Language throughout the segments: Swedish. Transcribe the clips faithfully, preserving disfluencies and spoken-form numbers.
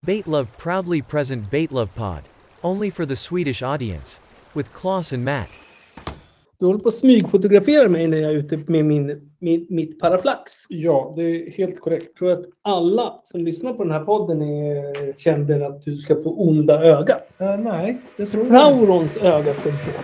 Baitlove proudly present Baitlove Pod. Only for the Swedish audience. With Klaus and Matt. Du håller på att smygfotografera mig när jag är ute med min, min, mitt paraflax. Ja, det är helt korrekt. Jag tror att alla som lyssnar på den här podden är, känner att du ska få onda öga. Uh, nej, det tror jag. Saurons öga ska du få.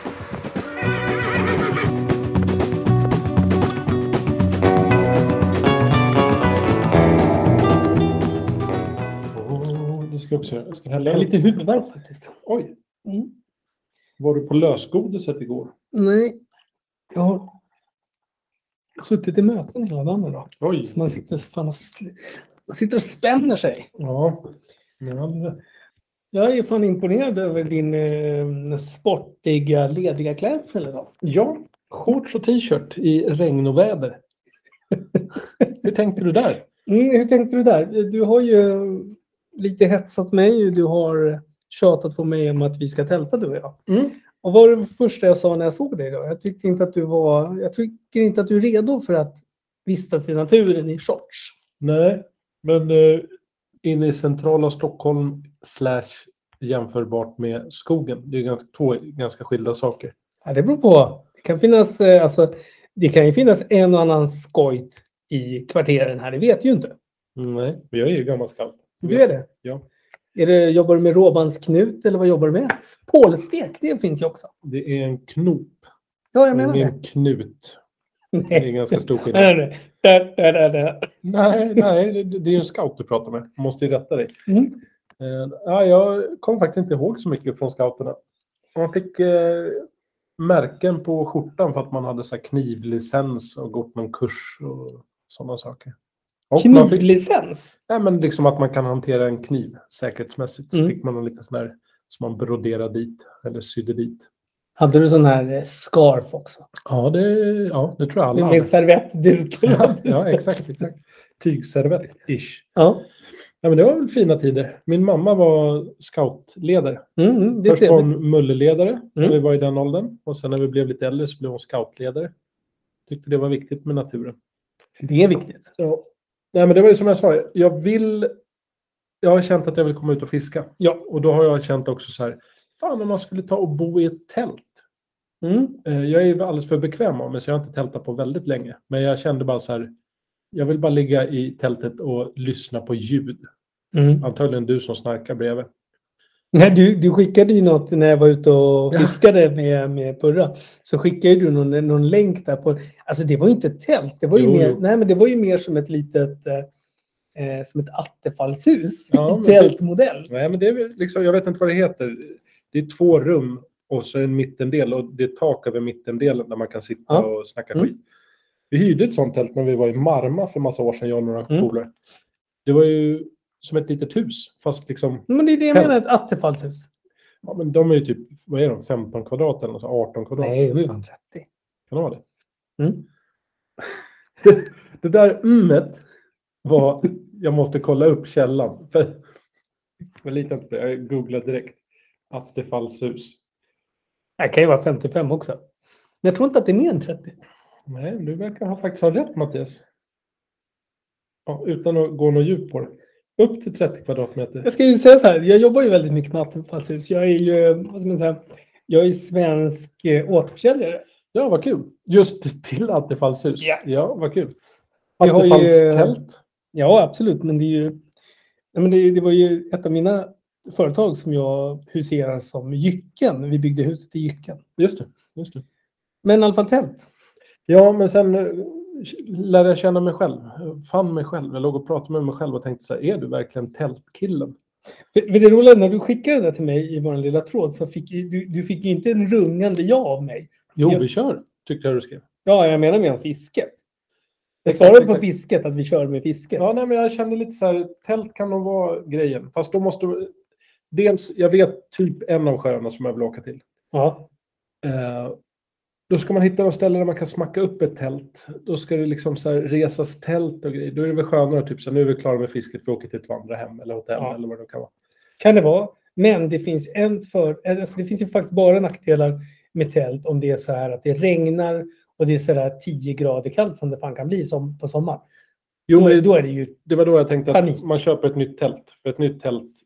Oh, det ska jag också göra. Jag ska hälla Jag är lite huvudvärk faktiskt. Oj. Mm. Var du på lösgodiset igår? Nej, jag har suttit i möten hela dagen idag. Oj. Så man sitter, fan och, man sitter och spänner sig. Ja. ja. Jag är fan imponerad över din eh, sportiga, lediga klädsel idag. Ja, shorts och t-shirt i regn och väder. Hur tänkte du där? Mm, hur tänkte du där? Du har ju lite hetsat mig. Du har tjatat på mig om att vi ska tälta, du och jag. Mm. Och vad var det första jag sa när jag såg dig då? Jag tyckte inte att du var... Jag tycker inte att du är redo för att vistas i naturen i shorts. Nej, men uh, inne i centrala Stockholm slash jämförbart med skogen. Det är ganska, två ganska skilda saker. Ja, det beror på. Det kan finnas... Alltså, det kan ju finnas en och annan skojt i kvarteren här. Det vet ju inte. Nej, men jag är ju gammal scout. Du är det? Ja. Är det, jobbar du med råbandsknut eller vad jobbar du med? Pålstek, det finns ju också. Det är en knop. Ja, jag menar det. det. En knut. Nej. Det är en ganska stor skillnad. Nej, nej, nej. Där, där, där. nej, nej det, det är ju en scout du pratar med. Jag måste ju rätta dig. Mm. Uh, ja, jag kommer faktiskt inte ihåg så mycket från scouterna. Man fick uh, märken på skjortan för att man hade så här knivlicens och gått någon kurs och sådana saker. Och Knivlicens? Fick, nej, men liksom att man kan hantera en kniv säkerhetsmässigt. Så mm. fick man en liten sån här som man broderade dit eller sydde dit. Hade du sån här scarf också? Ja, det, ja, det tror jag alla med hade. Servettdukar. Ja, ja, exakt, exakt. Tygservett-ish. Ja. Ja, men det var väl fina tider. Min mamma var scoutledare. Mm, det är Först var trevligt. hon mulleledare Mm. när vi var i den åldern. Och sen när vi blev lite äldre så blev hon scoutledare. Tyckte det var viktigt med naturen. Det är viktigt. Ja. Nej, men det var ju som jag sa. Jag vill... Jag har känt att jag vill komma ut och fiska. Ja. Och då har jag känt också så här. Fan, om man skulle ta och bo i ett tält. Mm. Jag är ju alldeles för bekväm av mig så jag har inte tältat på väldigt länge. Men jag kände bara så här. Jag vill bara ligga i tältet och lyssna på ljud. Mm. Antagligen du som snarkar bredvid. Nej, du, du skickade ju något när jag var ute och fiskade ja. med, med Purra. Så skickade du någon, någon länk där på... Alltså det var ju inte ett tält. Det var ju, jo, mer, jo. Nej, men det var ju mer som ett litet... Eh, som ett attefallshus. Ja, tältmodell. Det, nej, men det är liksom... Jag vet inte vad det heter. Det är två rum och så en mittendel. Och det är tak över mittendelen där man kan sitta ja. och snacka mm. skit. Vi hyrde ett sånt tält när vi var i Marma för massa år sedan. Jag och några mm. polare. Det var ju... som ett litet hus, fast liksom... Men det är det jag menar, ett attefallshus. Ja, men de är ju typ, vad är de, femton kvadrat eller något, arton kvadrat? Nej, de är fan trettio. Kan de vara det? Mm. Det där ummet var, jag måste kolla upp källan. Jag litar inte på det, jag googlade direkt. Attefallshus. Det kan ju vara femtiofem också. Men jag tror inte att det är mer än trettio. Nej, du verkar ha faktiskt ha rätt, Mattias. Ja, utan att gå något djup på det. Upp till trettio kvadratmeter. Jag ska ju säga så här, jag jobbar ju väldigt mycket med attefallshus. Jag är ju, vad ska man säga, jag är svensk eh, återförsäljare. Ja, vad kul. Just till attefallshus. Ja, ja vad kul. Attefallstält. Ja, absolut. Men det är ju, ja, men det, det var ju ett av mina företag som jag huserar som Jycken. Vi byggde huset i Jycken. Just det, just det. Men i alla fall tält. Ja, men sen lärde jag känna mig själv. Fann mig själv. Jag låg och pratade med mig själv och tänkte så här, är du verkligen tältkillen? För, för det roliga, när du skickade det till mig i vår lilla tråd så fick du, du fick inte en rungande ja av mig. Jo, jag, vi kör, tyckte jag du skrev. Ja, jag menar med fisket. Jag exakt, sa det på exakt. fisket, att vi kör med fisket. Ja, nej, men jag kände lite så här, tält kan nog vara grejen. Fast då måste du... Dels, jag vet typ en av sjöarna som jag vill åka till. Ja. Uh, Då ska man hitta något ställe där man kan smacka upp ett tält. Då ska det liksom så här resas tält och grejer. Då är det väl skönare typ så här, nu är vi klara med fisket, vi åker till ett vandrarhem eller hotell ja. eller vad det kan vara. Kan det vara. Men det finns en för, alltså det finns ju faktiskt bara nackdelar med tält om det är så här att det regnar och det är så där tio grader kallt som det fan kan bli som på sommar. Jo, då, men då är det ju det var då jag tänkte panik. Att man köper ett nytt tält. För ett nytt tält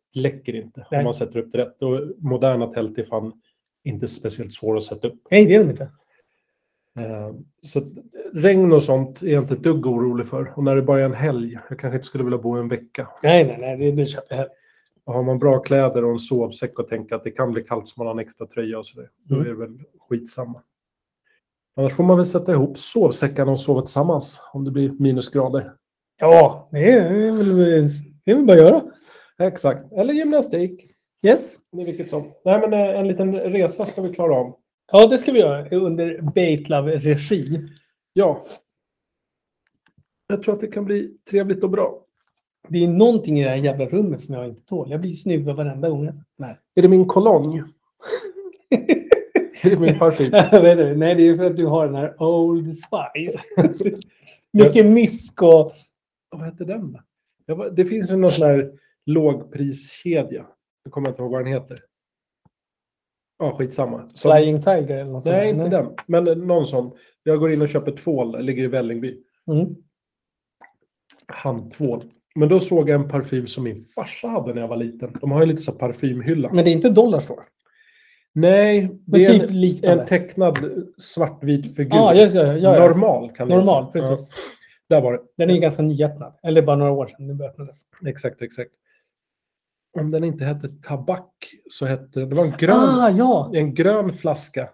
läcker inte Nej. om man sätter upp det rätt. Och moderna tält är fan inte speciellt svåra att sätta upp. Nej, det är de inte. Eh, så regn och sånt är jag inte ett dugg orolig för. Och när det bara är en helg, jag kanske inte skulle vilja bo en vecka. Nej, nej, nej, det, det köper jag. Och har man bra kläder och en sovsäck och tänker att det kan bli kallt så man har en extra tröja och sådär. Då Mm. är det väl skitsamma. Annars får man väl sätta ihop sovsäckarna och sova tillsammans om det blir minusgrader. Ja, det är väl, det är väl bara att göra. Exakt. Eller gymnastik. Yes. Det är vilket som. Nej, men eh, en liten resa ska vi klara av. Ja, det ska vi göra under Baitlove-regi. Ja. Jag tror att det kan bli trevligt och bra. Det är någonting i det här jävla rummet som jag inte tål. Jag blir snuvad varenda gång. Nej. Är det min kolonj? Är det min parfym? Jag vet inte. Nej, det är för att du har den här Old Spice. Mycket mysk och... Vad heter den då? Jag var, det finns ju någon sån här lågpriskedja. Jag kommer inte ihåg vad den heter. Ja, skitsamma. Som, Flying Tiger eller något sånt. nej, inte den. Men någon sån. Jag går in och köper tvål. Ligger i Vällingby. Mm. Handtvål. Men då såg jag en parfym som min farsa hade när jag var liten. De har ju lite så här parfymhylla. Men det är inte Dollarstore. Nej, det Men är typ en, liknande. en tecknad svartvit figur. Ja, just det. Ja, ja. Normal kan det Normal, heta. precis. Ja, där var det. Den är ju ganska nyöppnad. Eller bara några år sedan den öppnades. Exakt, exakt. Om den inte hette tabak så hette det var en grön, Ah, ja. en grön flaska.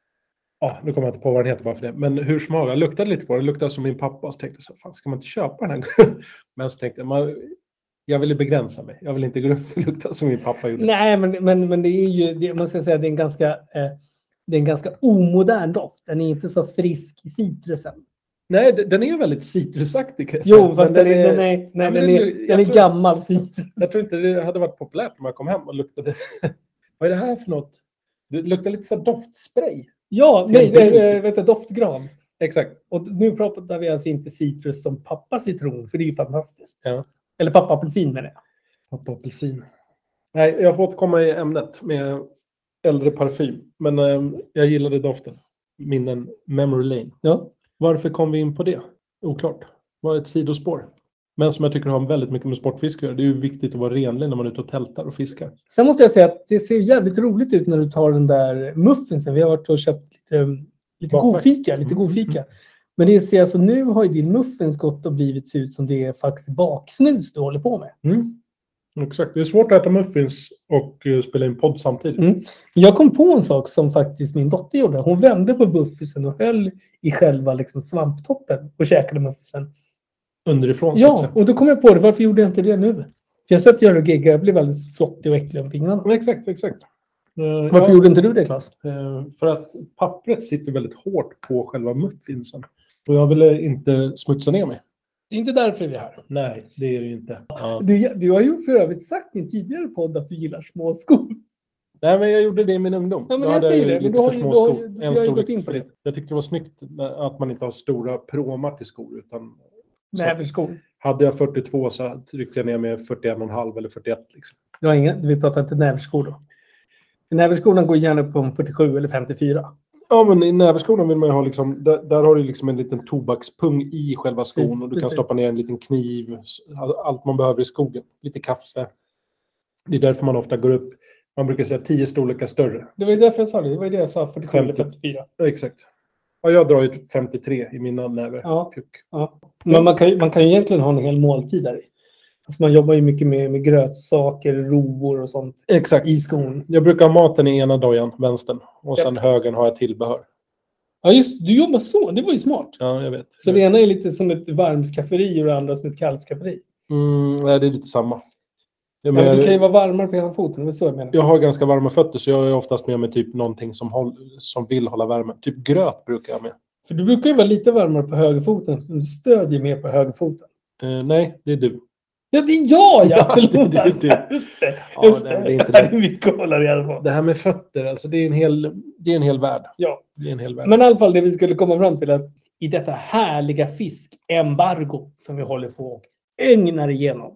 Ja, nu kommer jag inte på vad den heter bara för det. Men hur som helst, jag luktade lite på det. Det luktade som min pappa. Så tänkte jag så fan, ska man inte köpa den här? Men så tänkte jag, man, jag ville begränsa mig. Jag vill inte gå runt och lukta som min pappa gjorde. Nej, men, men, men det är ju, det, man ska säga att det är en ganska, eh, det är en ganska omodern doft. Den är inte så frisk i citrusen. Nej, d- den är väldigt citrusaktig. kan jag Jo, säga. fast Men den är, den är, nej, men den det- är, jag den är tror- gammal citrus. Jag tror inte det hade varit populärt om jag kom hem och luktade. Vad är det här för något? Det luktar lite så här doftspray. Ja, nej, det är, vet du, doftgran. Exakt. Och nu pratar vi alltså inte citrus som pappa citron, för det är ju fantastiskt. Ja. Eller pappa apelsin med det. Pappa apelsin. Nej, jag får återkomma i ämnet med äldre parfym. Men eh, jag gillade doften. Minnen Memory Lane. Ja. Varför kom vi in på det? Oklart. Var ett sidospår. Men som jag tycker har väldigt mycket med sportfiske att göra. Det är ju viktigt att vara renlig när man är ute och tältar och fiskar. Sen måste jag säga att det ser jävligt roligt ut när du tar den där muffinsen. Vi har varit och köpt lite, lite Bakverk. godfika. Lite Mm. godfika. Men det ser alltså, nu har ju din muffins gått och blivit se ut som det är faktiskt baksnus du håller på med. Mm. Exakt. Det är svårt att äta muffins och uh, spela in podd samtidigt. Mm. Jag kom på en sak som faktiskt min dotter gjorde. Hon vände på muffinsen och höll i själva liksom, svamptoppen och käkade muffinsen. Underifrån så att Ja, säga. och då kom jag på det. Varför gjorde jag inte det nu? För jag har sett göra och gigga. Jag blev väldigt flottig och äcklig om fingrarna. Men exakt, exakt. Uh, Varför ja, gjorde inte du det, Claes? uh, för att pappret sitter väldigt hårt på själva muffinsen. Och jag ville inte smutsa ner mig. Det är inte därför vi är här. Nej, det är det ju inte. Ja. Du, du har ju för övrigt sagt i en tidigare podd att du gillar små skor. Nej, men jag gjorde det i min ungdom. Ja, men Då jag hade säger ju det, men lite du har för ju- små du har skor. ju- vi En har ju storlek gått in på för det. lite. Jag tyckte det var snyggt att man inte har stora pråmar till skor. Utan Nej, för skor. hade jag fyrtiotvå så tryckte jag ner med fyrtioen komma fem eller fyrtioett. Liksom. Du har inga, vi pratar inte näverskor då. Näverskorna går gärna på en fyrtiosju eller femtiofyra. Ja, men i näverskorna vill man ju ha liksom, där, där har du liksom en liten tobakspung i själva skon. Precis, och du kan precis. stoppa ner en liten kniv. Allt man behöver i skogen. Lite kaffe. Det är därför man ofta går upp. Man brukar säga tio storlekar större. Det var ju därför jag sa det. Det var ju det jag sa. fyrtiosju eller femtio. femtiofyra. Ja, exakt. Ja, jag drar ju femtiotre i mina näver. Ja. Puck. Ja. Men man kan, ju- man kan ju egentligen ha en hel måltid där i. Alltså man jobbar ju mycket med, med grötsaker, rovor och sånt Exakt. i skon. Jag brukar ha maten i ena dojan, vänstern. Och Ja. sen högen har jag tillbehör. Ja, just du jobbar så. Det var ju smart. Ja, jag vet. Så det ena är lite som ett varmskafferi och det andra som ett kallskafferi. Mm, nej, det är lite samma. Jag, Ja, men menar, det kan ju vara varmare på ena foten. Det är så jag menar. jag har ganska varma fötter så jag är oftast med med typ någonting som, håll, som vill hålla värmen. Typ gröt brukar jag med. För du brukar ju vara lite varmare på högerfoten. Så du stödjer mer på högerfoten. Eh, nej, det är du. Ja, det är jag! Ja, Ja, det är du. Just det. Ja, Just det det. är inte det det. är mycket att hålla reda på. Det här med fötter, alltså det är en hel, det är en hel värld. Ja. Det är en hel värld. Men i alla fall det vi skulle komma fram till att i detta härliga fiskembargo som vi håller på och ögnar igenom.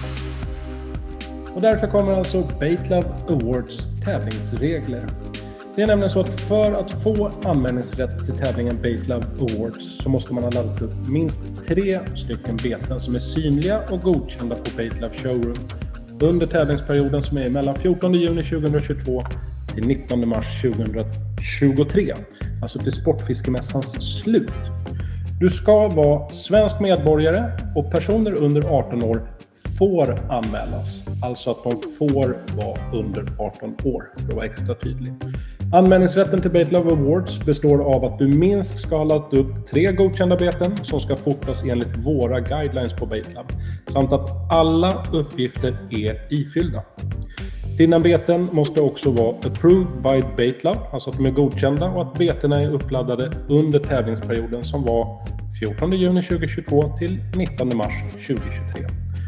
Och därför kommer alltså Baitlove Awards tävlingsregler. Det är nämligen så att för att få anmälningsrätt till tävlingen Bait Love Awards så måste man ha laddat upp minst tre stycken beten som är synliga och godkända på Bait Love Showroom under tävlingsperioden som är mellan fjortonde juni tjugohundratjugotvå till nittonde mars tjugohundratjugotre. Alltså till Sportfiskemässans slut. Du ska vara svensk medborgare och personer under arton år får anmälas. Alltså att de får vara under arton år för att vara extra tydlig. Anmälningsrätten till Bait Love Awards består av att du minst ska ha laddat upp tre godkända beten som ska fotas enligt våra guidelines på Bait Love. Samt att alla uppgifter är ifyllda. Dina beten måste också vara approved by Bait Love, alltså att de är godkända och att betena är uppladdade under tävlingsperioden som var fjortonde juni tjugohundratjugotvå till nittonde mars tjugohundratjugotre.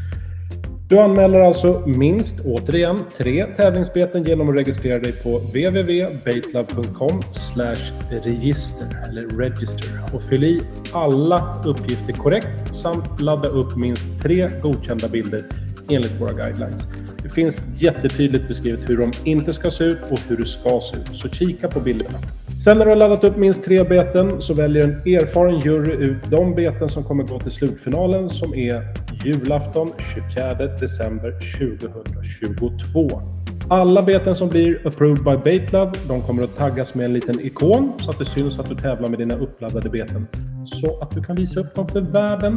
Du anmäler alltså minst, återigen, tre tävlingsbeten genom att registrera dig på w w w punkt baitlove punkt com slash register eller register och fyll i alla uppgifter korrekt samt ladda upp minst tre godkända bilder enligt våra guidelines. Det finns jättetydligt beskrivet hur de inte ska se ut och hur det ska se ut, så kika på bilderna. Sen när du har laddat upp minst tre beten så väljer en erfaren jury ut de beten som kommer gå till slutfinalen som är julafton tjugofjärde december tjugohundratjugotvå. Alla beten som blir approved by Bait Love, de kommer att taggas med en liten ikon så att det syns att du tävlar med dina uppladdade beten. Så att du kan visa upp dem för världen.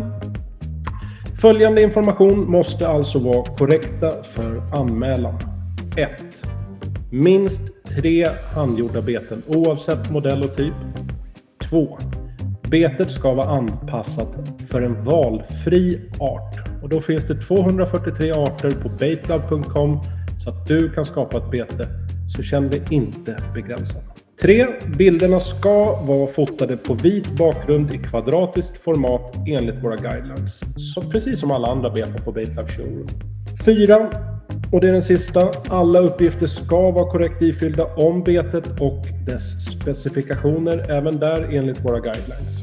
Följande information måste alltså vara korrekta för anmälan. ett. Minst tre handgjorda beten oavsett modell och typ. två. Betet ska vara anpassat för en valfri art. Och då finns det tvåhundrafyrtiotre arter på baitlove punkt com så att du kan skapa ett bete. Så känn dig inte begränsad. tre. Bilderna ska vara fotade på vit bakgrund i kvadratiskt format enligt våra guidelines. Så precis som alla andra beten på Bait Love Showroom. fyra. Och det är den sista. Alla uppgifter ska vara korrekt ifyllda om betet och dess specifikationer även där enligt våra guidelines.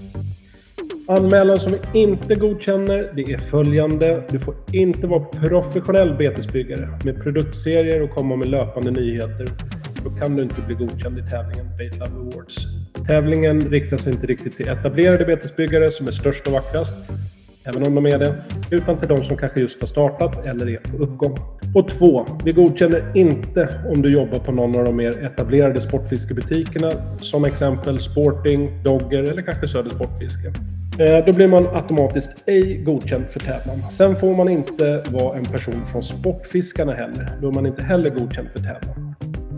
Anmälan som vi inte godkänner, det är följande. Du får inte vara professionell betesbyggare med produktserier och komma med löpande nyheter. Då kan du inte bli godkänd i tävlingen Bait Love Awards. Tävlingen riktar sig inte riktigt till etablerade betesbyggare som är störst och vackrast, även om de är det, utan till de som kanske just har startat eller är på uppgång. Och två, vi godkänner inte om du jobbar på någon av de mer etablerade sportfiskebutikerna, som exempel Sporting, Dogger eller kanske Söder Sportfiske. Då blir man automatiskt ej godkänd för tävlan. Sen får man inte vara en person från Sportfiskarna heller. Då är man inte heller godkänd för tävlan.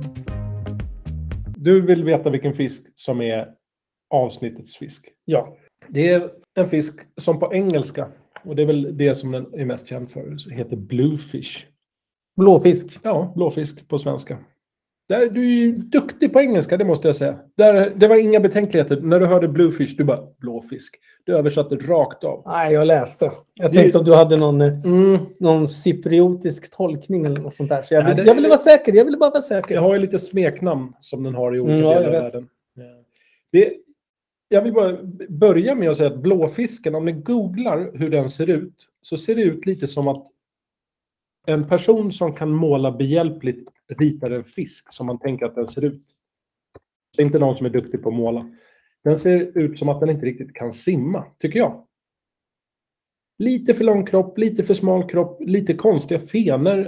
Du vill veta vilken fisk som är avsnittets fisk? Ja. Det är en fisk som på engelska, och det är väl det som den är mest känd för, heter bluefish. Blåfisk? Ja, blåfisk på svenska. Där, du är ju duktig på engelska, det måste jag säga. Där, det var inga betänkligheter. När du hörde bluefish, du bara blåfisk. Du översatte rakt av. Nej, jag läste. Jag det... tänkte om du hade någon, mm. någon cypriotisk tolkning eller något sånt där. Så jag, vill, Nej, det... jag ville vara säker, jag ville bara vara säker. Jag har ju lite smeknamn som den har i olika mm, ja, delar av världen. Det... Jag vill bara börja med att säga att blåfisken, om ni googlar hur den ser ut, så ser det ut lite som att en person som kan måla behjälpligt ritar en fisk som man tänker att den ser ut. Det är inte någon som är duktig på att måla. Den ser ut som att den inte riktigt kan simma, tycker jag. Lite för lång kropp, lite för smal kropp, lite konstiga fenor.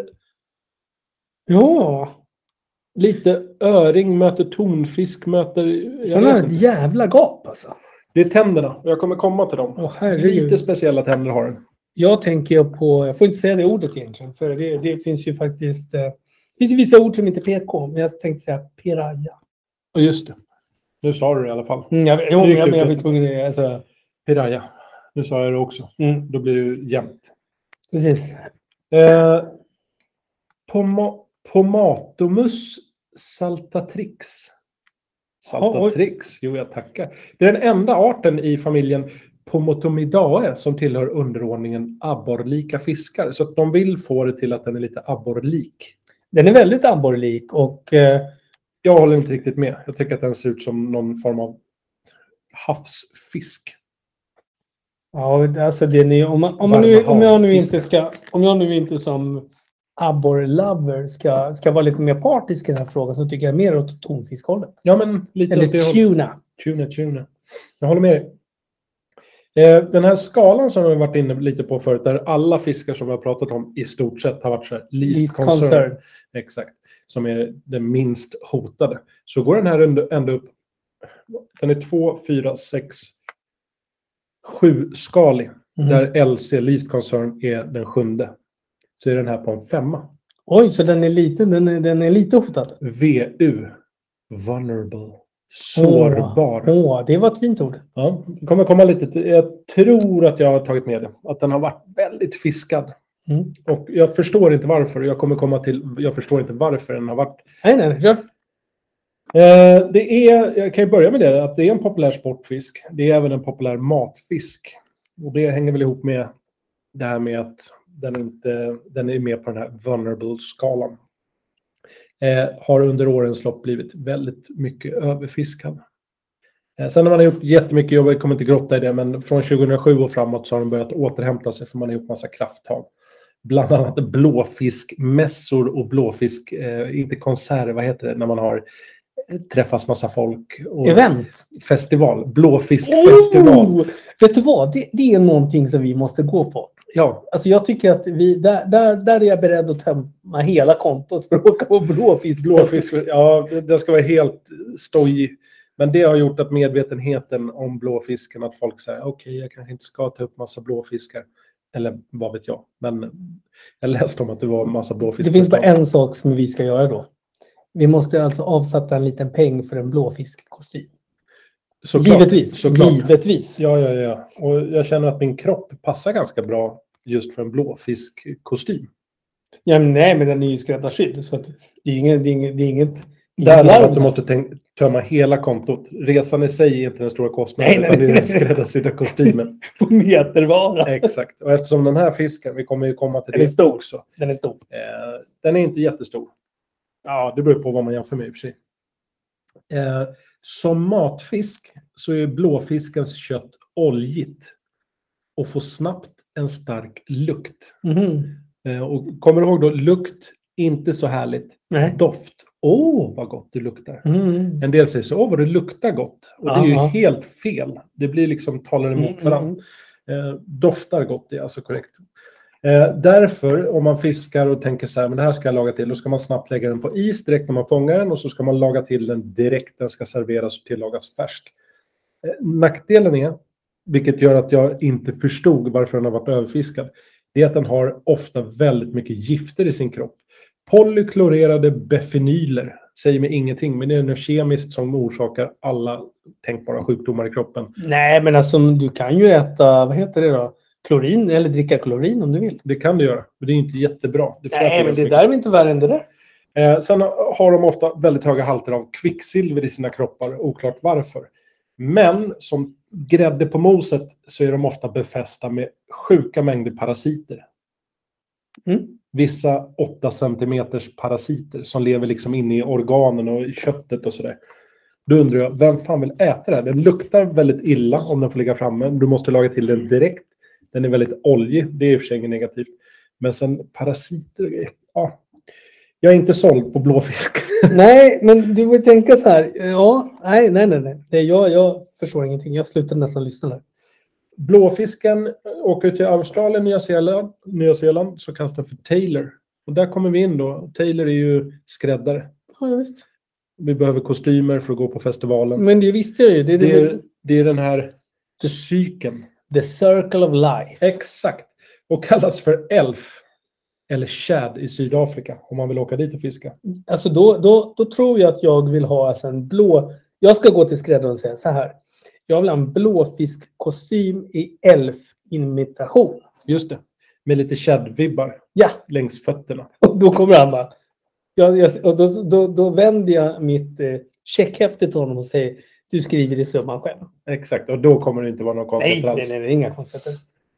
Ja. Lite öring möter tonfisk möter... Sån här ett jävla gap alltså. Det är tänderna och jag kommer komma till dem. Åh, herregud. Lite speciella tänder har den. Jag tänker på, jag får inte säga det ordet egentligen, för det, det finns ju faktiskt, det finns ju vissa ord som inte är P K, men jag tänkte säga piraya. Och just det. Nu sa du det i alla fall. Mm, jag, jo, men jag, jag vet inte, alltså... Piraya. Nu sa jag det också. Mm. Då blir det ju jämnt. Precis. Eh, Poma, Pomatomus saltatrix. Saltatrix, oh, jo jag tackar. Det är den enda arten i familjen Pomotomidae som tillhör underordningen abborrlika fiskar. Så att de vill få det till att den är lite abborrlik. Den är väldigt abborrlik och eh, jag håller inte riktigt med. Jag tycker att den ser ut som någon form av havsfisk. Ja, alltså det är, om, man, om, man nu, om jag nu inte ska, om jag nu inte som abborre lover ska, ska vara lite mer partisk i den här frågan, så tycker jag mer åt tonfiskhållet. Ja, men lite Eller åt det hållet. tuna. Tuna, tuna. Jag håller med dig. Eh, den här skalan som vi har varit inne lite på förut, där alla fiskar som vi har pratat om i stort sett har varit så här, least, Least concern. concern. Exakt. Som är den minst hotade. Så går den här ändå, ändå upp. Den är två, fyra, sex, sju skalig. Mm. Där L C, least concern, är den sjunde. Så är den här på en femma. Oj, så den är lite, den är, den är lite hotad. V U. Vulnerable. Sårbar. Åh, åh, det var ett fint ord. Ja, det kommer komma lite till, jag tror att jag har tagit med det. Att den har varit väldigt fiskad. Mm. Och jag förstår inte varför. Jag kommer komma till, jag förstår inte varför den har varit. Nej, nej, kör. Eh, det är, jag kan ju börja med det, att det är en populär sportfisk. Det är även en populär matfisk. Och det hänger väl ihop med det här med att den, inte, den är med på den här vulnerable-skalan. Eh, har under årens lopp blivit väldigt mycket överfiskad. Eh, sen har man gjort jättemycket jobb, jag kommer inte grotta i det, men från tjugohundrasju och framåt så har de börjat återhämta sig, för man har gjort massa krafttag. Bland annat blåfiskmässor och blåfisk, eh, inte konserter, vad heter det, när man har träffas massa folk. Och Event. Festival, blåfiskfestival. Oh, vet du vad, det, det är någonting som vi måste gå på. Ja. Alltså jag tycker att vi, där, där, där är jag beredd att tömma hela kontot för att åka på blåfisk. Blåfisk, ja, det, det ska vara helt stojig. Men det har gjort att medvetenheten om blåfisken, att folk säger okej, okay, jag kanske inte ska ta upp massa blåfiskar. Eller vad vet jag. Men jag läste om att det var en massa blåfiskar. Det finns bara en sak som vi ska göra då. Vi måste alltså avsätta en liten peng för en blåfiskkostym. Såklart, givetvis. Såklart. Givetvis. Ja, ja, ja. Och jag känner att min kropp passar ganska bra just för en blåfiskkostym. Ja, men nej, men den är ju skräddarsydd. Så att det är inget... Det är inget, det är inget där är att du måste tänka, tömma hela kontot. Resan i sig är inte den stora kostnaden. Nej, nej, utan det är den skräddarsydda kostymen. På metervara. Exakt. Och eftersom den här fisken, vi kommer ju komma till den det är stor. också. Den är stor. Eh, den är inte jättestor. Ja, det beror på vad man jämför med i och för sig. Eh, som matfisk så är blåfiskens kött oljigt och får snabbt en stark lukt. Mm. Eh, och kommer du ihåg då, lukt, inte så härligt. Nej. Doft. Åh, oh, vad gott det luktar. Mm. En del säger så, åh vad det luktar gott. Och Aha. det är ju helt fel. Det blir liksom, talar emot Mm, varandra. Eh, doftar gott, det är alltså korrekt. Eh, därför, om man fiskar och tänker så här, men det här ska jag laga till, då ska man snabbt lägga den på is direkt när man fångar den, och så ska man laga till den direkt, den ska serveras och tillagas färsk. Eh, nackdelen är, vilket gör att jag inte förstod varför den har varit överfiskad, det är att den har ofta väldigt mycket gifter i sin kropp. Polyklorerade bifenyler säger mig ingenting, men det är något kemiskt som orsakar alla tänkbara sjukdomar i kroppen. Nej, men alltså du kan ju äta, vad heter det då? Klorin, eller dricka klorin om du vill. Det kan du göra, men det är inte jättebra. Det Nej, men det är där vi inte värre än det där. Eh, sen har de ofta väldigt höga halter av kvicksilver i sina kroppar, oklart varför. Men som grädde på moset så är de ofta befästa med sjuka mängder parasiter. Mm. Vissa åtta centimeters parasiter som lever liksom inne i organen och i köttet och sådär. Då undrar jag, vem fan vill äta det här? Den luktar väldigt illa om den får ligga framme. Du måste laga till den direkt. Den är väldigt oljig, det är i och för sig inget negativt. Men sen parasiter och grejer. Ja. Jag är inte såld på blåfisk. Nej, men du vill tänka så här. Ja, nej, nej, nej. nej. Det är jag, jag förstår ingenting. Jag slutar nästan lyssna där. Blåfisken åker till Australien, Nya Zeeland, Nya Zeeland så kallas den för Tailor. Och där kommer vi in då. Tailor är ju skräddare. Ja, visst. Vi behöver kostymer för att gå på festivalen. Men det visste jag ju. Det är, Det det, är, det är den här cykeln. The Circle of Life. Exakt. Och kallas för elf. Eller shad i Sydafrika. Om man vill åka dit och fiska. Alltså då, då, då tror jag att jag vill ha alltså en blå... Jag ska gå till skräddaren och säga så här. Jag vill ha en blåfiskkostym i elf-imitation. Just det. Med lite shad-vibbar. Ja. Längs fötterna. Och då kommer han bara... Jag, jag, och då, då, då vänder jag mitt eh, checkhäfte till honom och säger du skriver i summan själv. Exakt. Och då kommer det inte vara någon konstigt Nej, alls. nej, nej, inga konstigheter.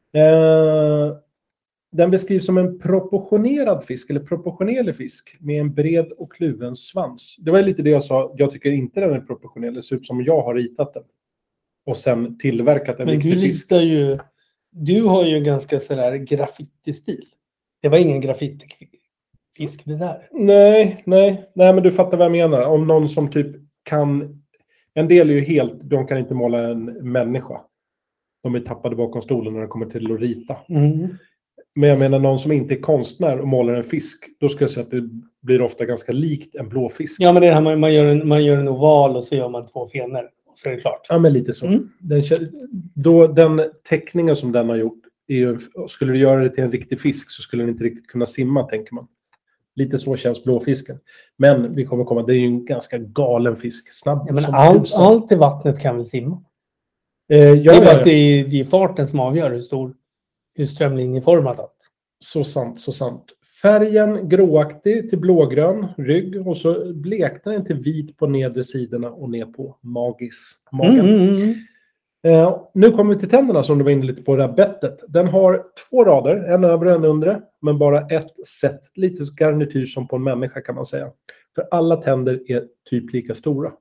Eh, den beskrivs som en proportionerad fisk. Eller proportionerlig fisk. Med en bred och kluven svans. Det var lite det jag sa. Jag tycker inte den är proportionell. Det ser ut som jag har ritat den. Och sen tillverkat en Men riktig du fisk. ritar ju... Du har ju en ganska sådär graffiti-stil. Det var ingen graffiti. fisk det där. Nej, nej, nej, men du fattar vad jag menar. Om någon som typ kan, en del är ju helt, de kan inte måla en människa. De är tappade bakom stolen när de kommer till att rita. Mm. Men jag menar någon som inte är konstnär och målar en fisk, då ska jag säga att det blir ofta ganska likt en blå fisk. Ja, men det är det här, man, man, gör en, man gör en oval och så gör man två fenor. Och så är det klart. Ja, men lite så. Mm. Den, då, den teckningen som den har gjort, är ju, skulle du göra det till en riktig fisk så skulle den inte riktigt kunna simma, tänker man. Lite så känns blåfisken. Men vi kommer komma, det är ju en ganska galen fisk. Snabb Ja, men som allt, tusan. allt i vattnet kan väl simma? Eh, ja, Det är ja, bara ja. att det är, det är farten som avgör hur stor, hur strömlinjeformat allt. Så sant, så sant. Färgen gråaktig till blågrön rygg och så bleknar den till vit på nedre sidorna och ner på magis, magen. Mm, mm, mm. Eh, nu kommer vi till tänderna som du var inne lite på, det här bettet. Den har två rader, en övre och en undre, men bara ett set. Lite garnityr som på en människa kan man säga. För alla tänder är typ lika stora.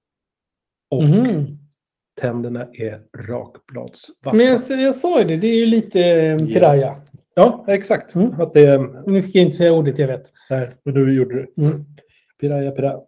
Och Mm. tänderna är rakbladsvassa. Men jag, jag sa ju det, det är ju lite eh, piraya. Ja, exakt. Mm. Att det är... Nu fick jag inte säga ordet, jag vet. Nej, men du gjorde det. Mm. Piraya, piraya.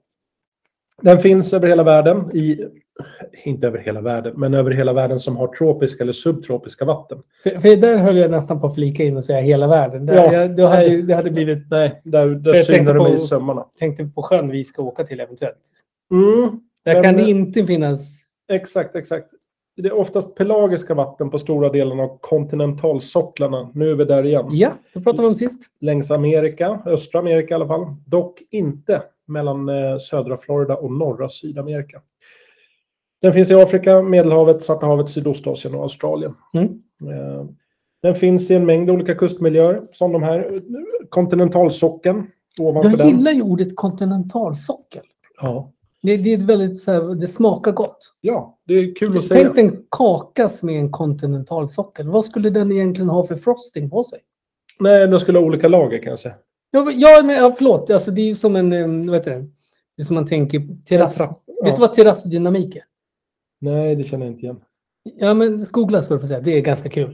Den finns över hela världen, i, inte över hela världen, men över hela världen som har tropiska eller subtropiska vatten. För, för där höll jag nästan på att flika in och säga hela världen. Där, Ja, jag, då hade, nej. det hade blivit... Nej, där, För där jag synar tänkte de på- i sömmarna. Tänkte på sjön vi ska åka till eventuellt. Mm, Där men- kan det inte finnas... exakt, exakt. Det är oftast pelagiska vatten på stora delen av kontinentalsocklarna. Nu är vi där igen. Ja, det pratade vi om sist. Längs Amerika, östra Amerika i alla fall. Dock inte mellan eh, södra Florida och norra Sydamerika. Den finns i Afrika, Medelhavet, Svarta havet, Sydostasien och Australien. Mm. Eh, den finns i en mängd olika kustmiljöer, som de här kontinentalsockeln ovanför Jag den. gillar ju ordet kontinentalsockel. Ja. Det, det är ett väldigt så här, det smakar gott. ja, det är kul att säga. Tänk en kakas med en kontinentalsockel. Vad skulle den egentligen ha för frosting på sig? Nej, den skulle ha olika lager kan jag säga. Ja, men- ja, men ja, förlåt. Alltså, det är ju som en, eh, vad heter det? Det är som man tänker terrass. En trapp, ja. Vet du vad terrassdynamik är? Nej, det känner jag inte igen. Ja, men googla ska du få säga. Det är ganska kul.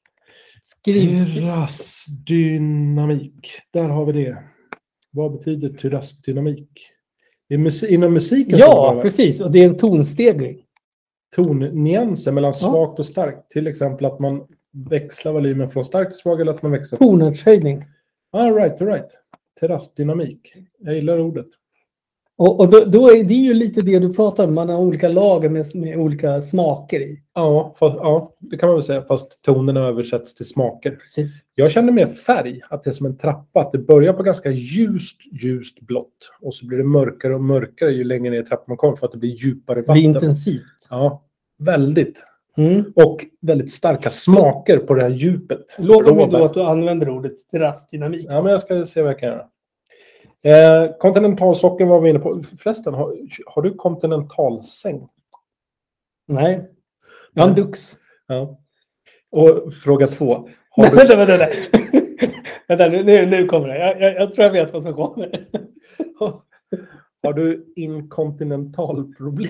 Skriv. Terrassdynamik. Där har vi det. Vad betyder terrassdynamik? Det är musik, inom musiken som Ja, det precis. Och det är en tonstegring. tonnyanser mellan svagt och starkt. Till exempel att man växlar volymen från starkt till svag eller att man växlar. Tonartshöjning. All right, all right. Terrassdynamik. Jag gillar ordet. Och, och då, då är det ju lite det du pratar om. Man har olika lager med, med olika smaker i. Ja, fast, ja, det kan man väl säga. Fast tonerna översätts till smaker. Precis. Jag känner mer färg. Att det är som en trappa. Att det börjar på ganska ljust, ljust blått. Och så blir det mörkare och mörkare ju längre ner i trappan man kommer. För att det blir djupare Det blir vatten. intensivt. Ja, väldigt. Mm. Och väldigt starka smaker på det här djupet. Lova mig Blåbär. då att du använder ordet terrassdynamik. Ja, men jag ska se vad jag kan göra. Eh, kontinentalsockeln var vi inne på. Förresten, har, har du kontinentalsäng? Nej. Jag har en dux. Ja. Och fråga två. Har Nej, du, vänta, vänta, vänta. vänta nu, nu, nu kommer det. Jag, jag, jag tror jag vet vad som kommer. har du inkontinentalproblem?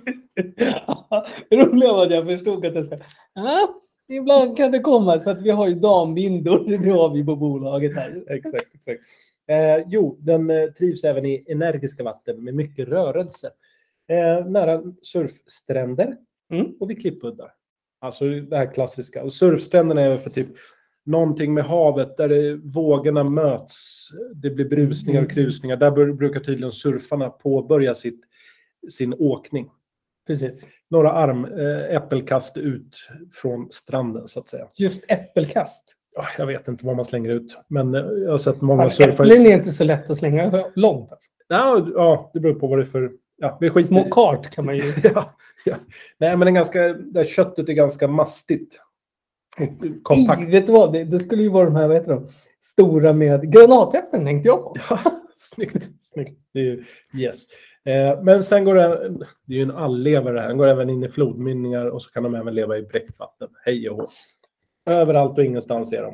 Det roliga var att jag förstod att det ska... Ja, ibland kan det komma så att vi har ju dambindor. Det har vi på bolaget här. exakt, exakt. Eh, jo, den eh, trivs även i energiska vatten med mycket rörelse. Eh, nära surfstränder Mm. och vid klippuddar. Alltså det här klassiska. Och surfstränderna är för typ någonting med havet där det, vågorna möts. Det blir brusningar och krusningar. Där bör, brukar tydligen surfarna påbörja sitt, sin åkning. Precis. Några arm, eh, äppelkast ut från stranden så att säga. Just äppelkast. Ja, jag vet inte vad man slänger ut. Men eh, jag har sett många Fan, surfare. äpplen är inte så lätt att slänga långt. Alltså. Ja, ja, det beror på vad det är för... Ja, vi skiter Små i- kart kan man ju... ja, ja. Nej, men det är ganska, det här köttet är ganska mastigt. Och kompakt. I, vet du vad? Det, det skulle ju vara de här, vad heter de? Stora med granatäpplen tänkte jag på. Ja, snyggt. snyggt. Det är ju, yes. Eh, men sen går det... Det är ju en alllevare här. Den går även in i flodmynningar och så kan de även leva i bräckt vatten. Hej och hå. Överallt och ingenstans är de.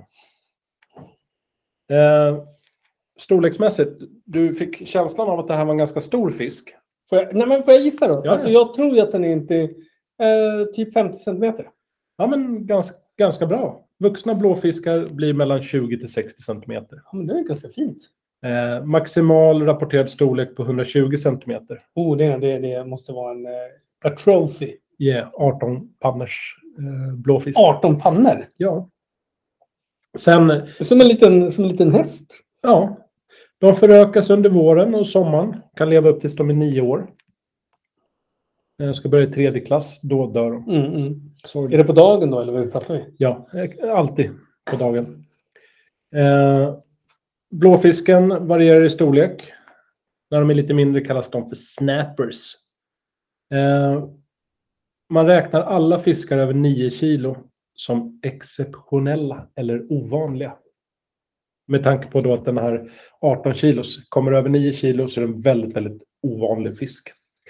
Eh, storleksmässigt, du fick känslan av att det här var en ganska stor fisk. Får jag, nej, men får jag gissa då? Ja, Alltså, ja. jag tror ju att den är inte eh, typ femtio centimeter. Ja, men ganska, ganska bra. Vuxna blåfiskar blir mellan tjugo till sextio centimeter. Ja, men det är ganska fint. Eh, maximal rapporterad storlek på hundratjugo centimeter. Oh, det, det, det måste vara en uh, a trophy. Ja, yeah, arton panners eh, blåfisk. arton pannor? Ja. Sen, som, en liten, som en liten häst. Ja. De förökas under våren och sommaren. Kan leva upp tills de är nio år. Jag ska börja i tredje klass, då dör de. Mm, mm. Är det på dagen då, eller vad pratar vi? Ja, alltid på dagen. Eh, blåfisken varierar i storlek. När de är lite mindre kallas de för snappers. Eh, man räknar alla fiskar över nio kilo som exceptionella eller ovanliga. Med tanke på då att den här arton kilos kommer över nio kilo så är det en väldigt, väldigt ovanlig fisk.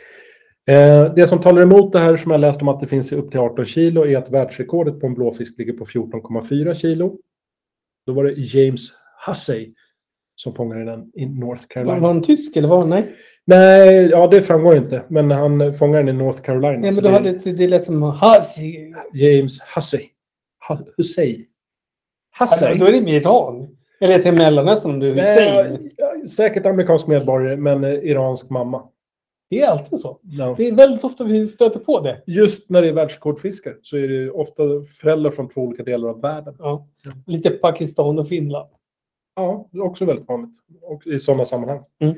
Eh, det som talar emot det här som jag läst om att det finns upp till arton kilo är att världsrekordet på en blåfisk ligger på fjorton komma fyra kilo. Då var det James Hussey som fångade den i North Carolina. Var han tysk eller var nej? Nej, ja det framgår inte. Men han fångade den i North Carolina. Nej, men då hade det, det lät som Hussey. James Hussey. Hussey. Hussey. Då är det med Iran. Eller till Mellanöstern om du vill säga. Säkert amerikansk medborgare, men iransk mamma. Det är alltid så. No. Det är väldigt ofta vi stöter på det. Just när det är världsrekordfiskar så är det ofta föräldrar från två olika delar av världen. Ja. Lite Pakistan och Finland. Ja, det är också väldigt vanligt. Och i sådana sammanhang. Mm.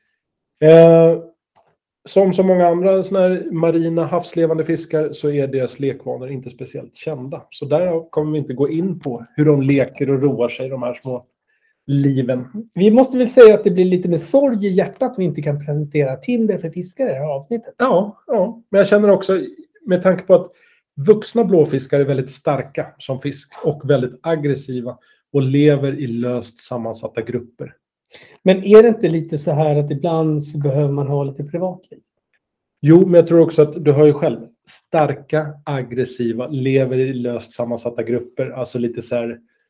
Eh, som så många andra såna här marina havslevande fiskar så är deras lekvanor inte speciellt kända. Så där kommer vi inte gå in på hur de leker och roar sig, de här små liven. Vi måste väl säga att det blir lite med sorg i hjärtat att vi inte kan presentera Tinder för fiskare i det här avsnittet. Ja, ja, men jag känner också med tanke på att vuxna blåfiskar är väldigt starka som fisk och väldigt aggressiva och lever i löst sammansatta grupper. Men är det inte lite så här att ibland så behöver man ha lite privatliv? Jo, men jag tror också att du hör ju själv. Starka, aggressiva, lever i löst sammansatta grupper. Alltså lite så här...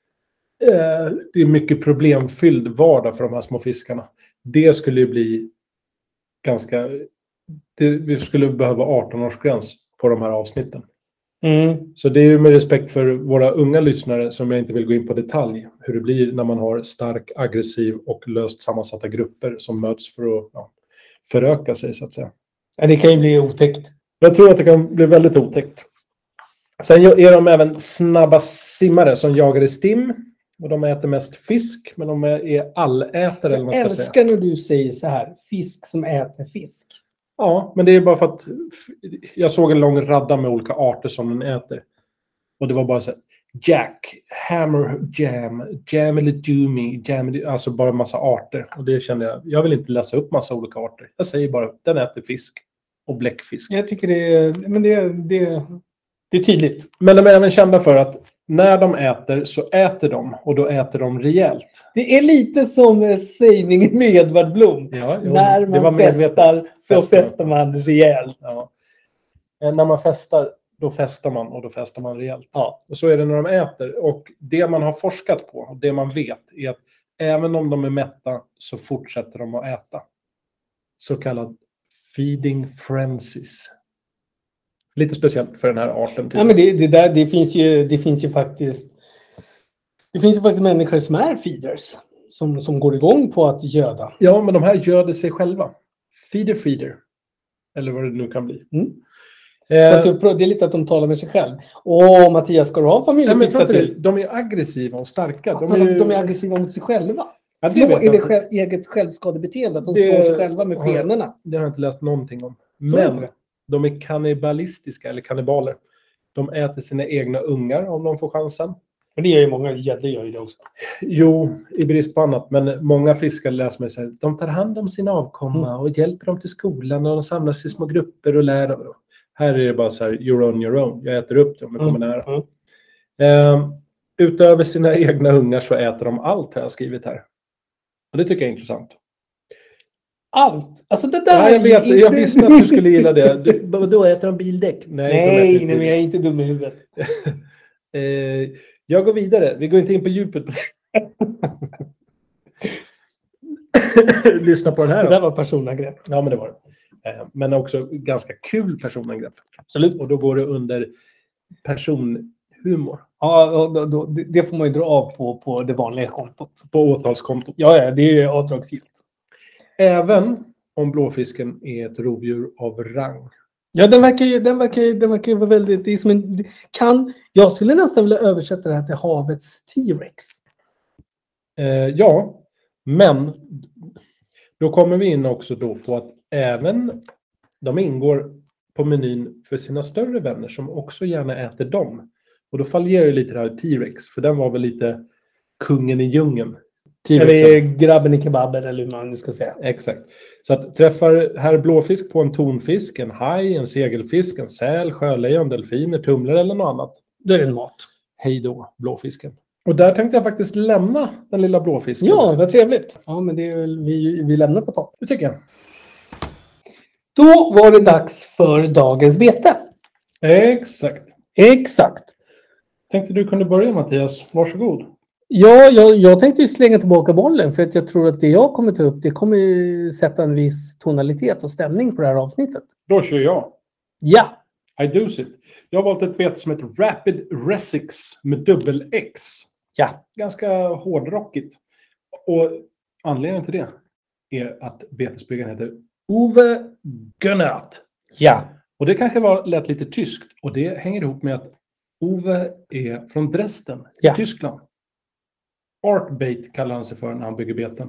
Eh, det är mycket problemfylld vardag för de här små fiskarna. Det skulle ju bli ganska... Det, vi skulle behöva arton-årsgräns på de här avsnitten. Mm. Så det är ju med respekt för våra unga lyssnare som jag inte vill gå in på detalj. Hur det blir när man har stark, aggressiv och löst sammansatta grupper som möts för att ja, föröka sig så att säga. Ja, det kan ju bli otäckt. Jag tror att det kan bli väldigt otäckt. Sen är de även snabba simmare som jagar i stim. Och de äter mest fisk, men de är allätare. Eller man ska Jag älskar säga. när du säger så här, fisk som äter fisk. Ja, men det är bara för att jag såg en lång radda med olika arter som den äter. Och det var bara så här, Jack, Hammer, Jam, Jamily Doomy, Jamily, alltså bara en massa arter. Och det kände jag, jag vill inte läsa upp massa olika arter. Jag säger bara, den äter fisk och bläckfisk. Jag tycker det är, men det, det, det är tydligt. Men de är även kända för att när de äter så äter de och då äter de rejält. Det är lite som sägningen med Edvard Blom. Ja, jo, när man festar så festar, festar man rejält. Ja. När man festar, då festar man och då festar man rejält. Ja. Och så är det när de äter. Och det man har forskat på, och det man vet, är att även om de är mätta så fortsätter de att äta. Så kallad feeding frenzies. Lite speciellt för den här arten. Ja, men det, det, där, det, finns ju, det finns ju faktiskt det finns ju faktiskt människor som är feeders. Som, som går igång på att göda. Ja, men de här göder sig själva. Feeder feeder. Eller vad det nu kan bli. Mm. Så att det, det är lite att de talar med sig själv. Åh, Mattias, ska du ha familjepizza till? De är aggressiva och starka. De är, de är aggressiva mot sig själva. Ja, så är det själv, eget självskadebeteende att de det, slår sig själva med fenorna. Det har jag inte läst någonting om. Så men de är kannibalistiska eller kannibaler. De äter sina egna ungar om de får chansen. Men det gör ju många gäddor gör ju det också. Jo, i brist på annat. Men många fiskar läser mig så här. De tar hand om sin avkomma mm. och hjälper dem till skolan. Och de samlas i små grupper och lär dem. Här är det bara så här, you're on your own. Jag äter upp dem och kommer mm. nära. Mm. Uh, utöver sina egna ungar så äter de allt, har jag skrivit här. Och det tycker jag är intressant. Allt? Alltså det där... Ja, jag, vet, inte... jag visste att du skulle gilla det. Du, då äter de bildäck. Nej, nej, de nej men jag är inte dum i huvudet. uh, jag går vidare. Vi går inte in på djupet. Lyssna på den här då. Det där var personangrepp. Ja, men det var det. Men också ganska kul personangrepp. Absolut. Och då går det under person, humor. Ja, då, då, det får man ju dra av på, på det vanliga kontot. På åtalskontot. Ja, ja, det är ju avdragsgillt. Även om blåfisken är ett rovdjur av rang. Ja, den verkar ju, den verkar ju, den verkar ju vara väldigt... Det är som en, kan, jag skulle nästan vilja översätta det här till havets T-rex. Eh, ja, men då kommer vi in också då på att även de ingår på menyn för sina större vänner som också gärna äter dem. Och då fallerar det lite det här T-rex, för den var väl lite kungen i djungeln. Eller grabben i kebaben, eller hur man nu ska säga. Exakt. Så att träffar här blåfisk på en tonfisk, en haj, en segelfisk, en säl, sjölejon, delfiner, tumlare eller något annat. Då är det en mat. Hej då, blåfisken. Och där tänkte jag faktiskt lämna den lilla blåfisken. Ja, vad trevligt. Ja, men det är väl vi, vi lämnar på topp. Det tycker jag. Då var det dags för dagens bete. Exakt. Exakt. Tänkte du kunde börja, Mattias. Varsågod. Ja, jag, jag tänkte ju slänga tillbaka bollen för att jag tror att det jag kommer ta upp, det kommer ju sätta en viss tonalitet och stämning på det här avsnittet. Då kör jag. Ja. I do it. Jag har valt ett bete som heter Rapid Resix med dubbel X. Ja. Ganska hårdrockigt. Och anledningen till det är att betesbyggaren heter Ove Gönnert. Ja. Och det kanske var lät lite tyskt. Och det hänger ihop med att Ove är från Dresden Ja. i Tyskland. Artbait kallar han sig för när han bygger beten.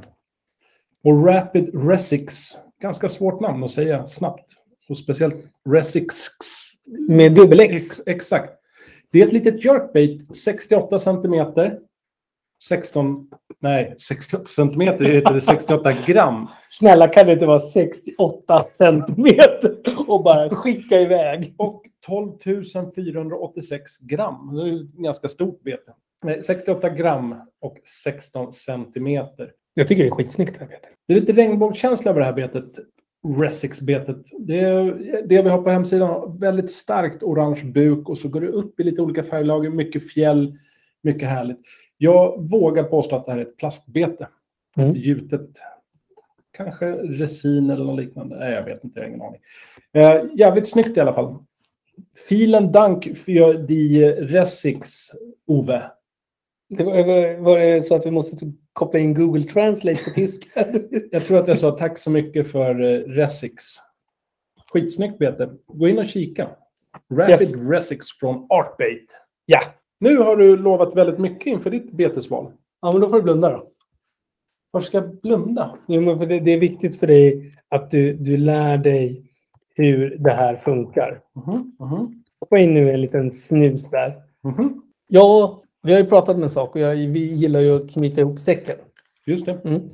Och Rapid Resix, ganska svårt namn att säga snabbt. Och speciellt Resix. Med dubbel X. Ex, exakt. Det är ett litet jerkbait, sextioåtta centimeter. sexton, nej, sextioåtta centimeter heter det sextioåtta gram. Snälla, kan det inte vara sextioåtta centimeter och bara skicka iväg? Och tolv tusen fyrahundraåttiosex gram. Det är ett ganska stort bete. Nej, sextioåtta gram och sexton centimeter. Jag tycker det är skitsnyggt det här betet. Det är lite regnbågskänsla över det här betet. Resix-betet. Det, det vi har på hemsidan har väldigt starkt orange buk och så går det upp i lite olika färglager. Mycket fjäll, mycket härligt. Jag vågar påstå att det här är ett plastbete. Mm. Gjutet. Kanske resin eller något liknande. Nej, jag vet inte, jag har ingen aning. Eh, jävligt snyggt i alla fall. Vielen Dank för die Resix, Ove. Det var, var det så att vi måste koppla in Google Translate på tyska? Jag tror att jag sa tack så mycket för uh, Resix. Skitsnyggt bete. Gå in och kika. Rapid Yes. Resix från Artbait. Ja. Nu har du lovat väldigt mycket inför ditt betesval. Ja, men då får du blunda då. Varför ska jag blunda? Jo, men för det, det är viktigt för dig att du, du lär dig hur det här funkar. Mhm, mhm, Få in nu en liten snus där. mhm. Ja, vi har ju pratat med en sak och jag, vi gillar ju att knyta ihop säcken. Just det. Mm.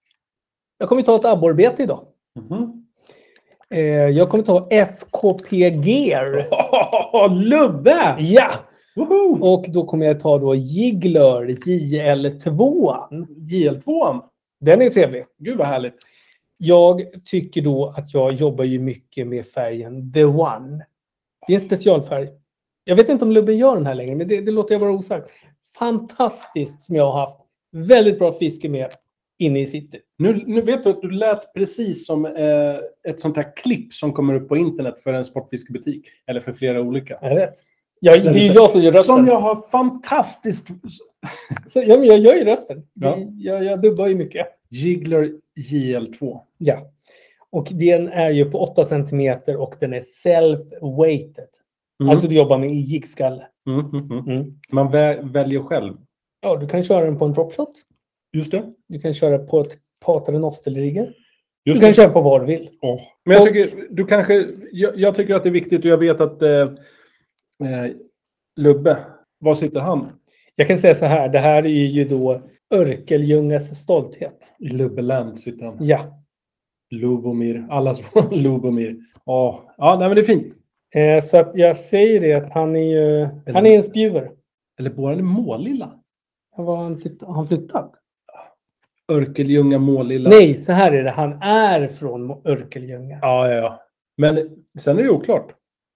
Jag kommer ta ett abborrbete idag. Mhm. Eh, jag kommer ta F K P Gear. Lubbe! Ja! Woho! Och då kommer jag ta då Jiggler J L två. J L två. Den är trevlig. Gud vad härligt. Jag tycker då att jag jobbar ju mycket med färgen The One. Det är en specialfärg. Jag vet inte om Lubben gör den här längre, men det, det låter jag vara osagt. Fantastiskt som jag har haft. Väldigt bra fiske med inne i city. Nu, nu vet du att du lät precis som eh, ett sånt här klipp som kommer upp på internet för en sportfiskebutik. Eller för flera olika. Jag vet. Jag, det är ju jag som gör rösten. Som jag har fantastiskt... Så, ja, men jag gör ju rösten. Ja. Jag, jag dubbar ju mycket. Jiggler J L två. Ja. Och den är ju på åtta centimeter och den är self-weighted. Mm. Alltså du jobbar med jiggskalle. Mm, mm, mm. Mm. Man vä- väljer själv. Ja, du kan köra den på en dropshot. Just det. Du kan köra på ett pater nostelrigger. Du Just kan det. köra på vad du vill. Oh. Men jag Och- tycker, du kanske, jag, jag tycker att det är viktigt och jag vet att eh, eh, Lubbe, var sitter han? Jag kan säga så här, det här är ju då Örkeljungas stolthet. I Lubbeland sitter han. Ja. Lubomir, allas Lubomir. Oh. Ja, nej, men det är fint. Eh, så att jag säger det att han är ju, han är en spjuver. Eller bor han i Målilla? Var han, flytt, har han flyttat? Örkeljunga, Målilla. Nej, så här är det. Han är från Örkeljunga. Ja, ja, ja. Men sen är det oklart.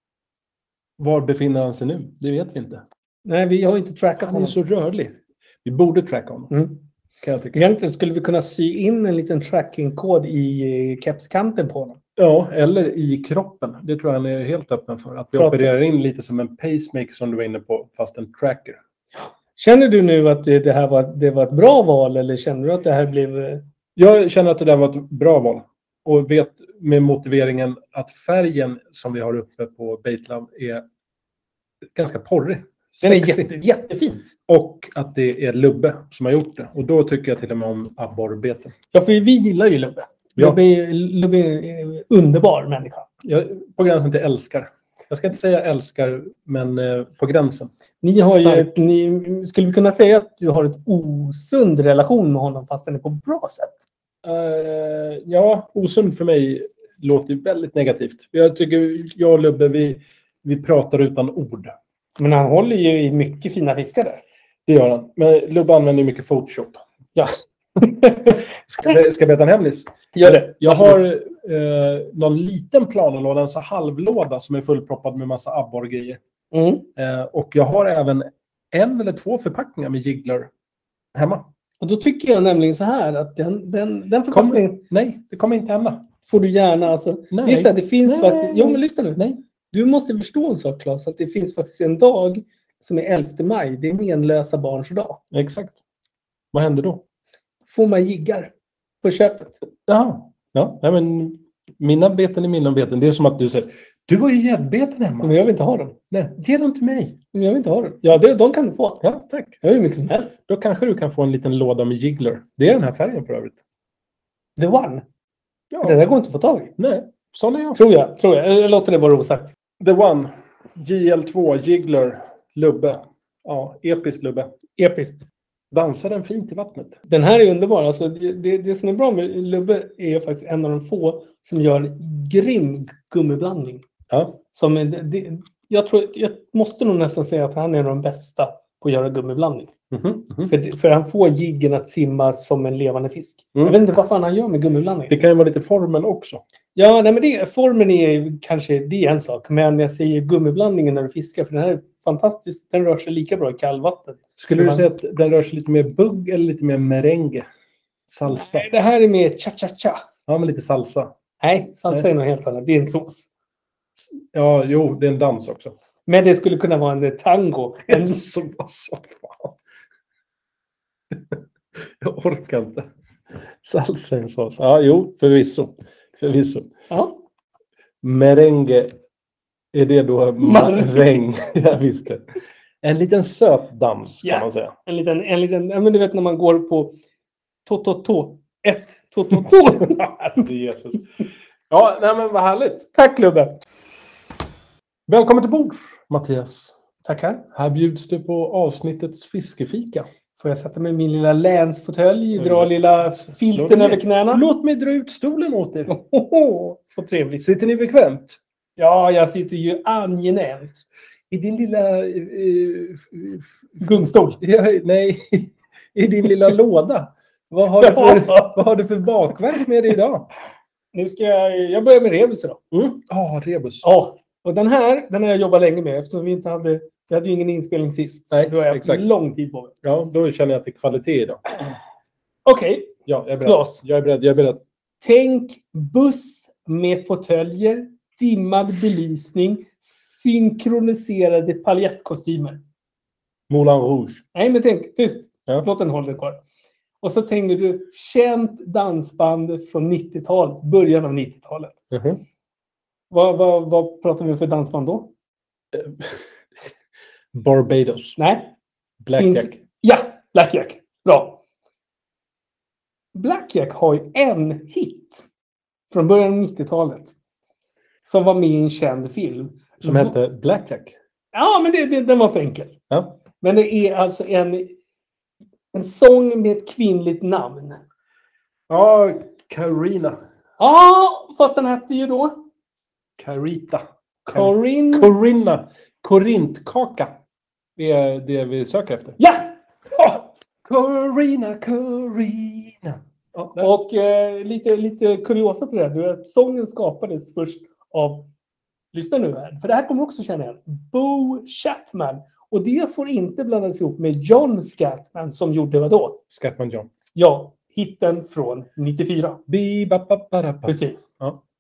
Var befinner han sig nu? Det vet vi inte. Nej, vi har inte trackat Han är honom. så rörlig. Vi borde tracka honom. Mm. Kan jag tycka. Egentligen skulle vi kunna sy in en liten trackingkod i eh, kepskanten på honom. Ja, eller i kroppen. Det tror jag han är helt öppen för. Att vi Pratar. opererar in lite som en pacemaker som du var inne på, fast en tracker. Känner du nu att det det här var, det var ett bra val eller känner du att det här blev... eh, Jag känner att det där var ett bra val. Och vet med motiveringen att färgen som vi har uppe på Baitlove är ganska porrig. Den är Sexy. jätte, jättefint. Och att det är Lubbe som har gjort det. Och då tycker jag till och med om abborrbeten. Ja, för vi gillar ju Lubbe. Ja. Lubbe, är- Lubbe är en underbar människa. Jag, på gränsen till älskar. Jag ska inte säga älskar, men eh, på gränsen. Ni har ju Stark. ett, ni, skulle vi kunna säga att du har ett osund relation med honom fast den är på bra sätt? Uh, ja, osund för mig låter ju väldigt negativt. Jag tycker jag och Lubbe, vi, vi pratar utan ord. Men han håller ju i mycket fina fiskar där. Det gör han. Men Lubbe använder ju mycket Photoshop. Ja. Ska jag, ska jag berätta en hemlis? Gör det. Jag har eh, någon liten planlåda, en så halvlåda som är fullproppad med massa abborrgrejer. Mm. Eh, och jag har även en eller två förpackningar med jiggler hemma. Och då tycker jag nämligen så här att den, den, den förpackningen Nej, det kommer inte hända. får du gärna... Alltså, Nej. det är så här, det finns Nej. faktiskt... Jo, men lyssna nu. Nej. Du måste förstå en sak, Claes, att det finns faktiskt en dag som är elfte maj. Det är menlösa barns dag. Exakt. Vad händer då? Får man jiggar på köpet. Jaha. Ja, nej, men mina beten är mina beten. Det är som att du säger, du har ju gäddbeten hemma. Men jag vill inte ha dem. Nej, ge dem till mig. Men jag vill inte ha dem. Ja, det, de kan du få. Ja, tack. Jag har hur mycket som helst. Då kanske du kan få en liten låda med jiggler. Det är den här färgen för övrigt. The One. Ja. Det där går inte att få tag i. Nej, sån är jag. Tror jag. Tror jag. Jag låter det vara osagt. The One, J L två, jiggler, Lubbe. Ja, episkt Lubbe. Episkt. Dansar den fint i vattnet? Den här är underbar. Alltså, det, det, det som är bra med Lubbe är faktiskt en av de få som gör en grym gummiblandning. Ja. Som är, det, jag, tror, jag måste nog nästan säga att han är de bästa på att göra gummiblandning. Mhm, mhm. För, för han får jiggen att simma som en levande fisk. Mm. Jag vet inte vad fan han gör med gummiblandning. Det kan ju vara lite formen också. Ja, nej, men det, formen är kanske det är en sak. Men jag säger gummiblandningen när du fiskar. För den här är fantastisk. Den rör sig lika bra i kallvatten. Skulle du säga att den rör sig lite mer bugg eller lite mer merengue? Salsa? Nej, det här är mer cha-cha-cha. Ja, men lite salsa. Nej, salsa Nej. är något helt annat. Det är en sås. Ja, jo, det är en dans också. Men det skulle kunna vara en tango. En... En sås. Fan. Jag orkar inte. Salsa är en sås. Ja, jo, förvisso. Förvisso. Ja. Merengue, är det då Maräng. maräng? Ja, visst det. En liten söt dans, kan Ja. man säga. En liten, en liten, ja, men du vet när man går på to-to-to. Ett to-to-to. Herre Jesus. Ja, nej men vad härligt. Tack Lubbe. Välkommen till bords, Mattias. Tackar. Här bjuds det på avsnittets fiskefika. Får jag sätta mig i min lilla länsfåtölj, dra Mm. lilla filten ner. över knäna? Låt mig dra ut stolen åt er. Ohoho, så trevligt. Sitter ni bekvämt? Ja, jag sitter ju angenämt. I din lilla... Uh, uh, Gungstol. ja, nej, i din lilla låda. Vad har, du för, vad har du för bakverk med dig idag? Nu ska jag, jag börjar med rebus idag. Mm. Ah, rebus. Ja, och den här, den har jag jobbat länge med eftersom vi inte hade, vi hade ju ingen inspelning sist. Så Nej, då har jag haft exakt. lång tid på mig. Ja, då känner jag att det är kvalitet idag. Okej, Ja, jag är beredd. Klas. Jag är beredd, jag är beredd. tänk buss med fåtöljer, dimmad belysning, synkroniserade paljettkostymer. Moulin Rouge. Nej, men tänk, tyst. Ja. Låt den hålla dig kvar. Och så tänker du känt dansband från nittiotalet, början av nittiotalet. Mhm. Vad, vad, vad pratar vi för dansband då? Barbados. Nej. Blackjack. Finns- Ja, Blackjack. Bra. Blackjack har ju en hit från början av nittiotalet som var med i en känd film. Som hette Blackjack. Ja, men det, det, den var för enkel. Ja. Men det är alltså en, en sång med ett kvinnligt namn. Ja, Carina. Ja, fast den hette ju då Carita. Corinne. Corinna. Korintkaka. Det är det vi söker efter. Ja! Ja. Corina, Corina. Ja, där. Och eh, lite, lite kuriosa till det här. Du vet, sången skapades först av, lyssna nu här, för det här kommer du också känna igen, Bo Chatman. Och det får inte blandas ihop med John Scatman som gjorde vad då? Scatman John. Ja, hitten från nittiofyra. Bi, ba, ba, ba, ba. Precis. Ja.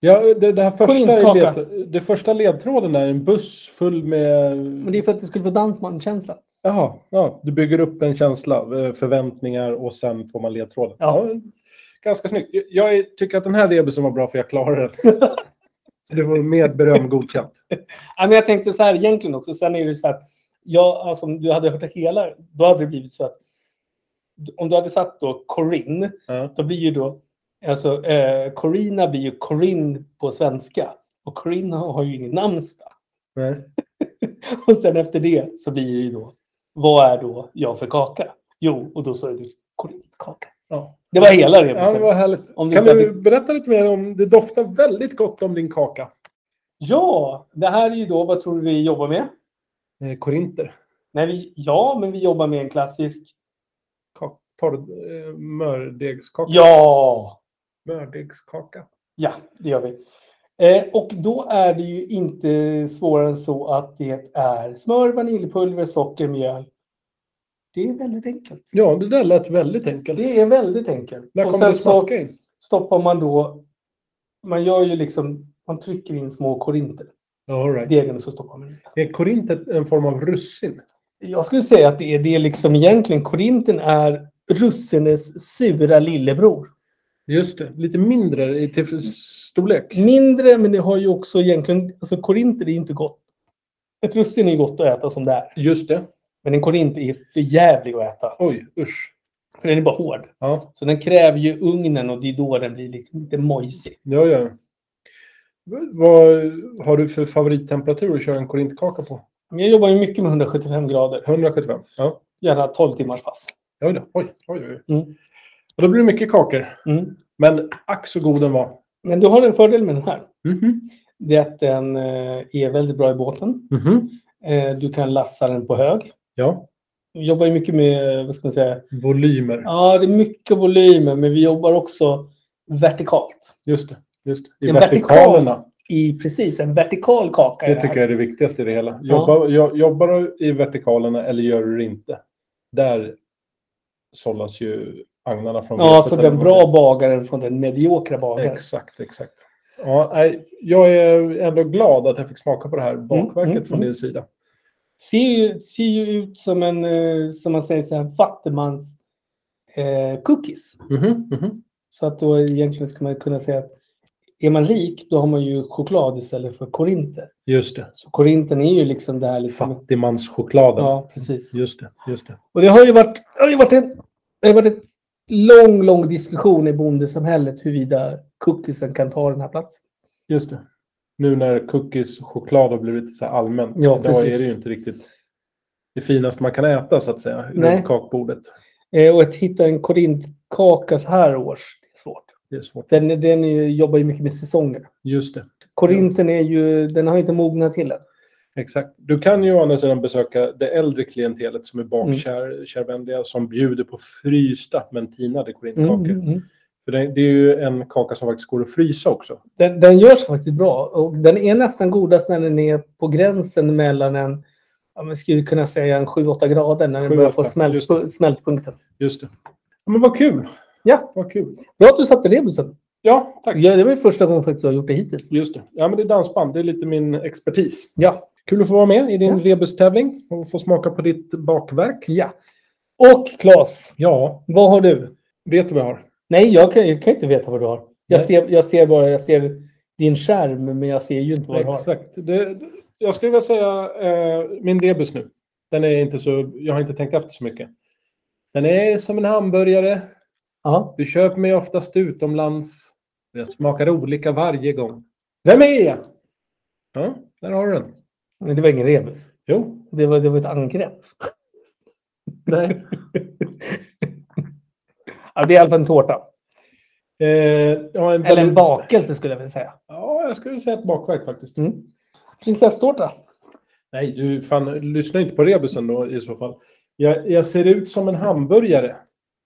Ja, det, det här första, är Korintkaka. led, det första ledtråden är en buss full med... Men det är för att du skulle få dansmankänsla. Jaha, ja, du bygger upp en känsla, eh, förväntningar och sen får man ledtråden. Ja. Ja, ganska snyggt. Jag är- tycker att den här rebusen var bra för jag klarar den. Så det var med beröm godkänt. Ja, men jag tänkte så här egentligen också. Sen är det så här att jag, alltså, om du hade hört det hela, då hade det blivit så att om du hade satt då Corinne, Ja. då blir ju då, alltså eh, Corina blir ju Corinne på svenska. Och Corinne har, har ju ingen namnsdag. Nej. Och sen efter det så blir det ju då, vad är då jag för kaka? Jo, och då sa du Corintkaka. Ja. Det var hela Ja, det rebusen. var härligt. Om du Kan inte du hade- berätta lite mer om, det doftar väldigt gott om din kaka. Ja, det här är ju då, vad tror du vi jobbar med? Eh, korinter. Nej, vi, ja, men vi jobbar med en klassisk. Ka- Torr, eh, mördegskaka. Ja, Mördegskaka. ja, det gör vi. Eh, och då är det ju inte svårare än så att det är smör, vaniljpulver, socker, mjöl. Det är väldigt enkelt. Ja, det där lät väldigt enkelt. Det är väldigt enkelt. När Och kommer sen det så smaska in? stoppar man då, man gör ju liksom, man trycker in små korinter. All right. Degen, så stoppar man in. Är korinter en form av russin? Jag skulle säga att det är, det är liksom egentligen, korinten är russines sura lillebror. Just det. Lite mindre i till storlek. Mindre, men det har ju också egentligen, alltså korinter är ju inte gott. Ett russin är gott att äta som det är. Just det. Men en korint är för jävlig att äta. Oj, usch. För den är bara hård. Ja, Så den kräver ju ugnen och det är då den blir liksom lite mojsig. ja, ja. Vad har du för favorittemperatur att köra en korintkaka på? Men jag jobbar ju mycket med hundrasjuttiofem grader. hundrasjuttiofem. Ja. Gärna tolv timmars pass. Oj, då. oj, oj, oj. Mm. Och då blir det mycket kakor. Mm. Men ack så god den var. Men du har en fördel med den här. Mhm. Det är att den eh, är väldigt bra i båten. Mhm. Eh, Du kan lassa den på hög. Ja, Vi jobbar ju mycket med, vad ska man säga? volymer. Ja, det är mycket volymer, men vi jobbar också vertikalt. Just det. Just det. I En vertikalerna. I precis en vertikal kaka. Det är tycker här. jag är det viktigaste i det hela. Jobbar, jo- jobbar du i vertikalerna eller gör du det inte? Där sållas ju agnarna från Ja, vetet, så eller den vad man bra säger. bagaren från den mediokra bagaren. Exakt, exakt. Ja, nej, jag är ändå glad att jag fick smaka på det här bakverket mm, från mm. din sida. Ser ju, ser ju ut som en, eh, som man säger, så här, fattigmans eh, cookies. Mhm, mhm. Så att då egentligen skulle man kunna säga att är man rik, då har man ju choklad istället för korinter. Just det. Så korinten är ju liksom det här liksom... Fattigmanschokladen. Ja, precis. Just det, just det. Och det har ju varit, det har ju varit en, det har varit en lång, lång diskussion i bondesamhället huruvida cookiesen kan ta den här platsen. Just det. Nu när cookies och choklad har blivit så här allmänt. Ja, då precis. är det ju inte riktigt det finaste man kan äta så att säga. Nej. Runt kakbordet. Eh, och att hitta en korintkaka så här års, det är svårt. Det är svårt. Den, den är, ju- jobbar ju mycket med säsonger. Just det. Korinten är ju, den har inte mognat till än. Exakt. Du kan ju å andra sidan besöka det äldre klientelet som är Mm. bakkärvänliga som bjuder på frysta men tinade korintkakor. Mm, mm, mm. För det, det är ju en kaka som faktiskt går att frysa också. Den, den görs faktiskt bra. Och den är nästan godast när den är på gränsen mellan en, ja, man skulle kunna säga en sju åtta grader när den sju, börjar få åtta, smält, just det. smältpunkten. Just det. Ja, men vad kul. Ja, Vad kul. bra att du satte rebusen. Ja, tack. Ja, det var ju första gången faktiskt du har gjort det hittills. Just det. Ja, men det är dansband. Det är lite min expertis. Ja. Kul att få vara med i din Ja. rebustävling och få smaka på ditt bakverk. Ja. Och Claes, Ja, vad har du? vet du vad jag har? Nej, jag kan, jag kan inte veta vad du har. Jag Nej. ser, jag ser bara, jag ser din skärm, men jag ser ju inte vad du har. Exakt. Det, jag skulle vilja säga eh, min rebus nu. Den är inte så, jag har inte tänkt efter så mycket. Den är som en hamburgare. Ja. Du köper mig oftast utomlands. Jag smakar olika varje gång. Vem är jag? Ja, där har du den. Men det var ingen rebus. Jo. Det var, det var ett angrepp. Nej. Ja, det är i alla fall en tårta. Eh, ja, en Eller en väldigt- bakelse skulle jag vilja säga. Ja, jag skulle säga ett bakverk faktiskt. Mm. Prinsesstårta. Nej, du fan, lyssna inte på rebusen då i så fall. Jag, jag ser ut som en hamburgare.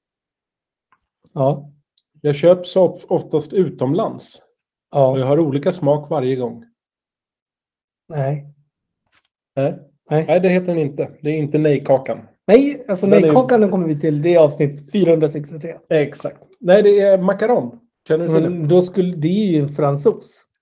Ja. Jag köps of- oftast utomlands. Och Ja. jag har olika smak varje gång. Nej. Nej. Nej. Nej, det heter den inte. Det är inte nejkakan. Nej, alltså Den är- nejkakan den kommer vi till. Det är avsnitt fyrahundrasextiotre. Exakt. Nej, det är macaron. Känner du till det? Men då skulle, det är ju en fransos.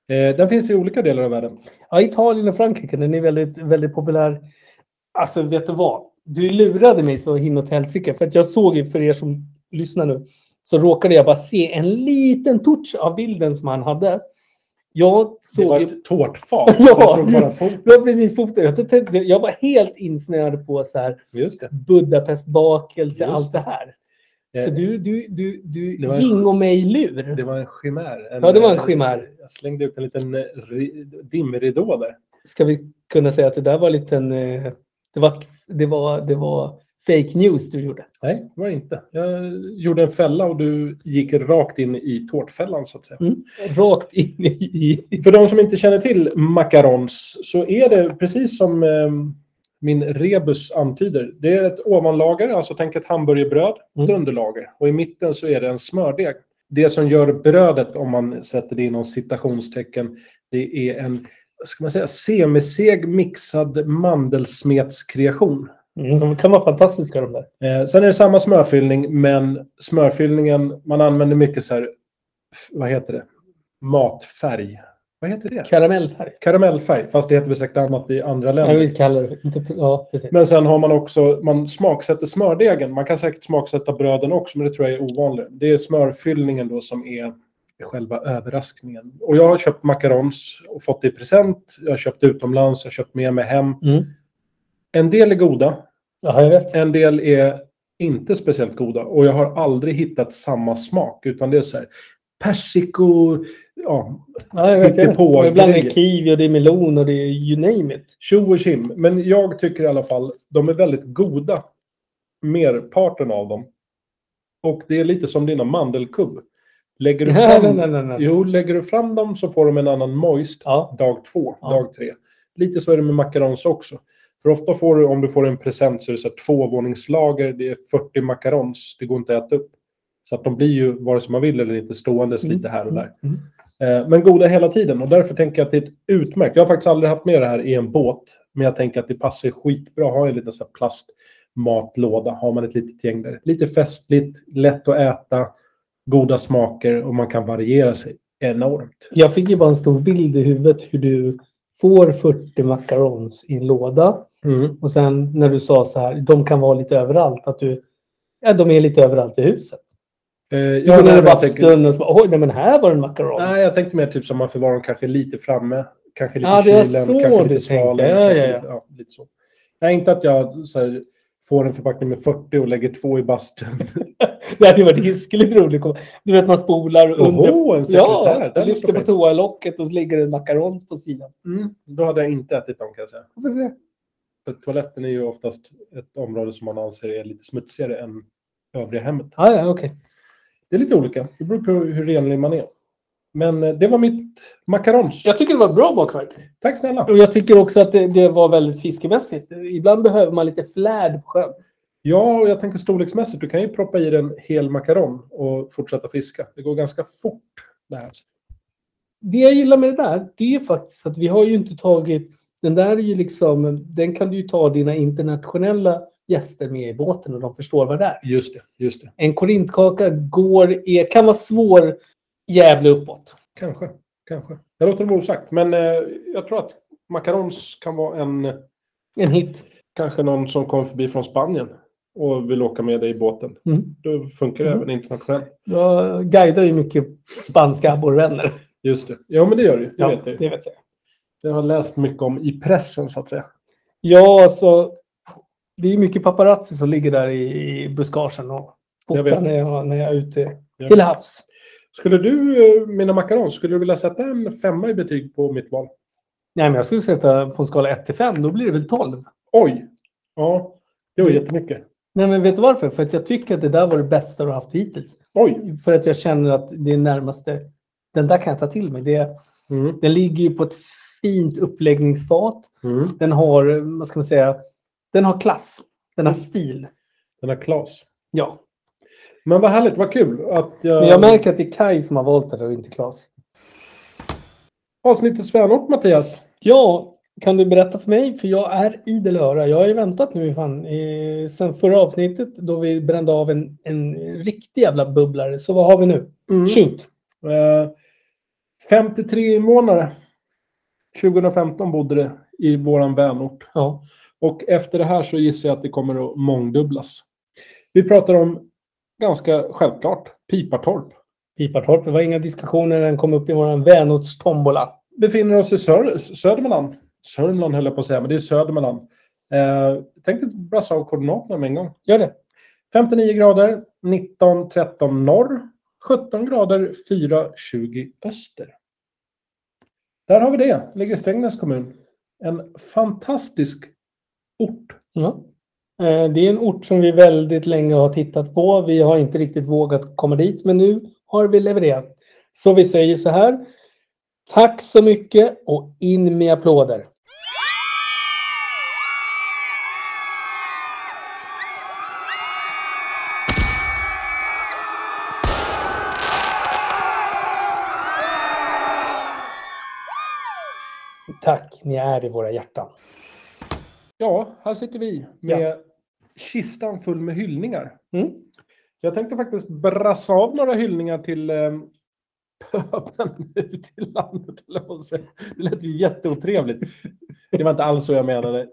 Eh, den finns i olika delar av världen. Ja, Italien och Frankrike, den är väldigt, väldigt populär. Alltså, vet du vad? Du lurade mig så inåt helsike. För att jag såg ju, för er som lyssnar nu, så råkade jag bara se en liten touch av bilden som han hade. Jag såg det var ju... ett tårtfat. Ja, jag såg bara fot. det var precis fotot. Jag, tänkte, jag var helt insnöad på så här Just det. Budapestbakelse, Just allt det här. det. Så du, du, du, du Det var- ging och mig lur. Det var en chimär. En, Ja, det var en chimär. Jag slängde ut en liten eh, ri- dimridå där. Ska vi kunna säga att det där var en liten... eh, Det var, det var, det var fake news du gjorde. Nej, det var det inte. Jag gjorde en fälla och du gick rakt in i tårtfällan så att säga. Mm. Rakt in i... För de som inte känner till macarons så är det precis som eh, min rebus antyder. Det är ett ovanlager, alltså tänk ett hamburgerbröd, ett Mm. underlager. Och i mitten så är det en smördeg. Det som gör brödet, om man sätter det inom citationstecken, det är en, ska man säga, semiseg mixad mandelsmetskreation. Mm, de kan vara fantastiska de där. Eh, sen är det samma smörfyllning, men smörfyllningen, man använder mycket så här, f- vad heter det? Matfärg. Vad heter det? Karamellfärg. Karamellfärg, fast det heter väl säkert annat i andra Jag länder. vill kalla det. Inte, ja, precis. Men sen har man också, man smaksätter smördegen. Man kan säkert smaksätta bröden också, men det tror jag är ovanligt. Det är smörfyllningen då som är själva överraskningen. Och jag har köpt macarons och fått det i present. Jag har köpt utomlands, jag har köpt med mig hem. Mm. En del är goda, Ja, jag vet. en del är inte speciellt goda. Och jag har aldrig hittat samma smak, utan det är så här persiko, ja, Ja, jag vet. hittepå Jag vet. Ibland är det grejer. kiwi och det är melon och det är you name it. Tjo och kim. Men jag tycker i alla fall de är väldigt goda. Merparten av dem. Och det är lite som dina mandelkubb. Lägger du Nej, fram, nej, nej, nej, nej. Jo, lägger du fram dem så får de en annan moist Ja. dag två, Ja. dag tre. Lite så är det med macarons också. För ofta får du, om du får en present så är det så här tvåvåningslager. Det är fyrtio macarons. Det går inte att äta upp. Så att de blir ju, vare sig man vill eller inte, ståendes Mm. lite här och där. Mm. Eh, Men goda hela tiden och därför tänker jag att det är ett utmärkt. Jag har faktiskt aldrig haft med det här i en båt. Men jag tänker att det passar skitbra. Ha en liten så här plastmatlåda. Har man ett litet gäng där. Lite festligt, lätt att äta. Goda smaker och man kan variera sig enormt. Jag fick ju bara en stor bild i huvudet hur du får fyrtio macarons i en låda. Mm. Och sen när du sa så här, de kan vara lite överallt. Att du, ja, de är lite överallt i huset. Eh, Du ja, går ner nej, i jag bastun tänker, och så bara, oj, nej, men här var det en macarons. nej, jag tänkte mer typ som man förvarar dem kanske lite framme. Kanske lite Ja, det är kylen, så kanske du lite svalen. tänker. Ja, kanske ja, ja. Lite, ja, lite så. Nej, inte att jag så här, får en förpackning med fyrtio och lägger två i bastun. Det hade varit hiskeligt roligt. Du vet, man spolar under. Oho, en sekretär. Ja, Det du lyfter på toalocket och så ligger det en macarons på sidan. Mm, då hade jag inte ätit dem kan jag säga. Varför det? För toaletten är ju oftast ett område som man anser är lite smutsigare än övriga hemmet. Ja, ja, okej. Det är lite olika. Det beror på hur renlig man är. Men eh, det var mitt macarons. Jag tycker det var bra bakverk. Tack snälla. Och jag tycker också att det, det var väldigt fiskemässigt. Ibland behöver man lite flärd på sjön. Ja, och jag tänker storleksmässigt. Du kan ju proppa i en hel macaron och fortsätta fiska. Det går ganska fort det här. Det jag gillar med det där, det är faktiskt att vi har ju inte tagit... Den där är ju liksom... Den kan du ju ta dina internationella gäster med i båten och de förstår vad det är. Just det, just det. En korintkaka går, är, kan vara svår jävla uppåt. Kanske, kanske. Jag låter det vara osagt. Men eh, jag tror att macarons kan vara en... En hit. Kanske någon som kommer förbi från Spanien och vill åka med dig i båten. Mm. Då funkar det Mm. även internationellt. Jag guidar ju mycket spanska abborrvänner. Just det. Ja, men det gör du. Det Ja, vet jag. det vet jag. Jag har läst mycket om i pressen, så att säga. Ja, så det är mycket paparazzi som ligger där i, i buskagen och Jag fotar vet. när jag, när jag är ute Ja. till havs. Skulle du, eh, mina macarons, skulle du vilja sätta en femma i betyg på mitt val? Nej, men jag skulle sätta på en skala ett till fem, då blir det väl tolv. Oj! Ja, det var jättemycket. Nej, men vet du varför? För att jag tycker att det där var det bästa du har haft hittills. Oj! För att jag känner att det är närmaste, den där kan jag ta till mig. Det, Mm. den ligger ju på ett fint uppläggningsfat. Mm. Den har, vad ska man säga, den har klass. Den har stil. Den har Klas. Ja. Men vad härligt, vad kul att jag... Men jag märker att det är Kai som har valt det och inte Klas. Avsnittets vänort, Mattias. Ja, kan du berätta för mig? För jag är idel öra. Jag har ju väntat nu fan, eh, sen förra avsnittet då vi brände av en, en riktig jävla bubblare. Så vad har vi nu? Mm. Shoot. Eh, femtiotre invånare. tjugohundrafemton bodde det i våran vänort. Ja. Och efter det här så gissar jag att det kommer att mångdubblas. Vi pratar om ganska självklart Pipartorp. Pipartorp, det var inga diskussioner när den kom upp i våran vänorts tombola. Befinner oss i Sör- Södermanland. Sörmland höll jag på att säga, men det är Södermanland. Eh, tänkte brassa av koordinaterna med en gång. Gör det. femtionio grader, nitton tretton norr, sjutton grader, fyra tjugo öster. Där har vi det. Ligger i Strängnäs kommun. En fantastisk ort. Ja. Eh, Det är en ort som vi väldigt länge har tittat på. Vi har inte riktigt vågat komma dit, men nu har vi levererat. Så vi säger så här. Tack så mycket och in med applåder. Tack, ni är i våra hjärtan. Ja, här sitter vi med kistan full med hyllningar. Mm. Jag tänkte faktiskt brassa av några hyllningar till eh, pöbeln ute i landet. eller vad man säger. Det lät ju jätteotrevligt. Det var inte alls så jag menade.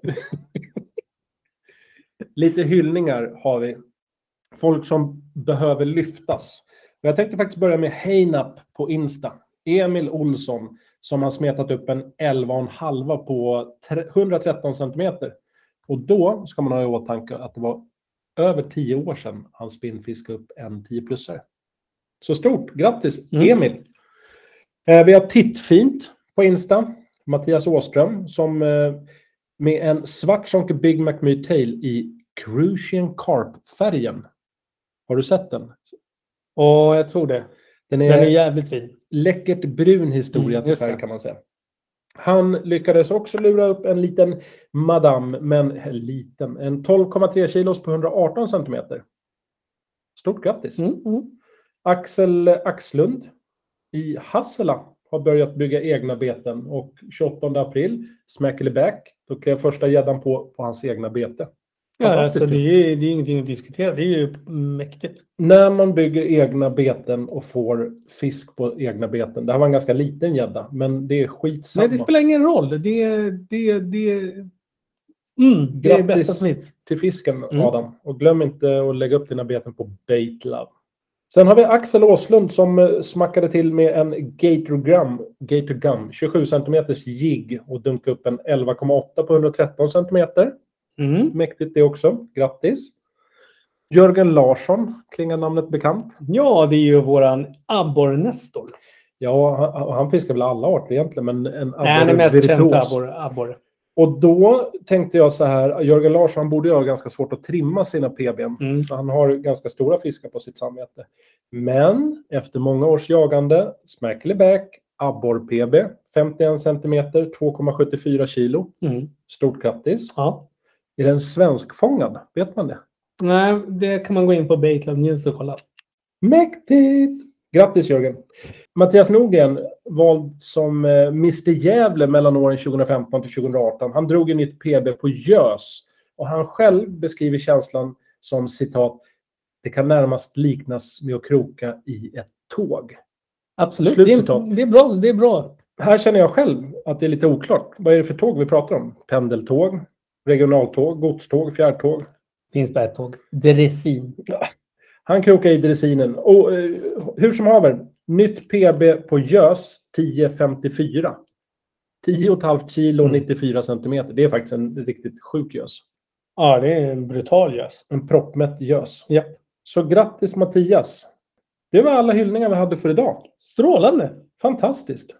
Lite hyllningar har vi. Folk som behöver lyftas. Och jag tänkte faktiskt börja med Heinap på Insta. Emil Olsson som har smetat upp en elva komma fem på etthundratretton centimeter. Och då ska man ha i åtanke att det var över tio år sedan han spinnfiskade upp en tio-plussare. Så stort, grattis Mm. Emil. Eh, vi har Tittfint på Insta. Mattias Åström som eh, med en svart sonke Big McMurray Tail i Crucian Carp-färgen. Har du sett den? Och jag tror det. Den är, Den är jävligt fin. läckert brun historia Mm, till just färg det. kan man säga. Han lyckades också lura upp en liten madame, men liten. En tolv komma tre kilos på hundraarton centimeter. Stort grattis. Mm, mm. Axel Axlund i Hassela har börjat bygga egna beten. Och tjugoåttonde april, smackily back, då klev första gäddan på, på hans egna bete. Ja, Fantastiskt. alltså det är, det är ingenting att diskutera. Det är ju mäktigt. När man bygger egna beten och får fisk på egna beten. Det här var en ganska liten gädda, men det är skitsamma. Nej, det spelar ingen roll. Det är... Det, det, mm, det är Grattis. bästa smitt. Till fisken, Mm. Adam. Och glöm inte att lägga upp dina beten på Baitlove. Sen har vi Axel Åslund som eh, smackade till med en Gator Gum, Gator Gum tjugosju centimeters jigg och dunkade upp en elva komma åtta på hundratretton centimeter. Mm. Mäktigt det också. Grattis. Jörgen Larsson, klingar namnet bekant. Ja, det är ju våran abborrnestor. Ja, han, han fiskar väl alla arter egentligen, men en Nej, han är mest känd för virtuos. abborre. abborre. Och då tänkte jag så här, Jörgen Larsson han borde ju ha ganska svårt att trimma sina P B:n. Mm. För han har ganska stora fiskar på sitt samvete. Men efter många års jagande, smackily back, abborr-P B, femtioen centimeter, två komma sjuttiofyra kilo. Mm. Stort grattis. Ja. Är den svenskfångad? Vet man det? Nej, det kan man gå in på Baitlove News och kolla. Mäktigt! Grattis Jörgen. Mattias Nordgren vald som eh, mister Gävle mellan åren tjugohundrafemton till tjugohundraarton. Han drog en nytt P B på gös. Och han själv beskriver känslan som citat. Det kan närmast liknas med att kroka i ett tåg. Absolut, det Slutcitat. är, det är bra. Det är bra. Här känner jag själv att det är lite oklart. Vad är det för tåg vi pratar om? Pendeltåg, regionaltåg, godståg, fjärrtåg. Finns bara ett tåg. Dressin. Han krokar i dressinen. Och eh, hur som haver, nytt P B på gös tio femtiofyra. tio komma fem kilo, Mm. nittiofyra centimeter. Det är faktiskt en riktigt sjuk gös. Ja, det är en brutal gös. En proppmätt gös. Ja. Så grattis Mattias. Det var alla hyllningar vi hade för idag. Strålande. Fantastiskt.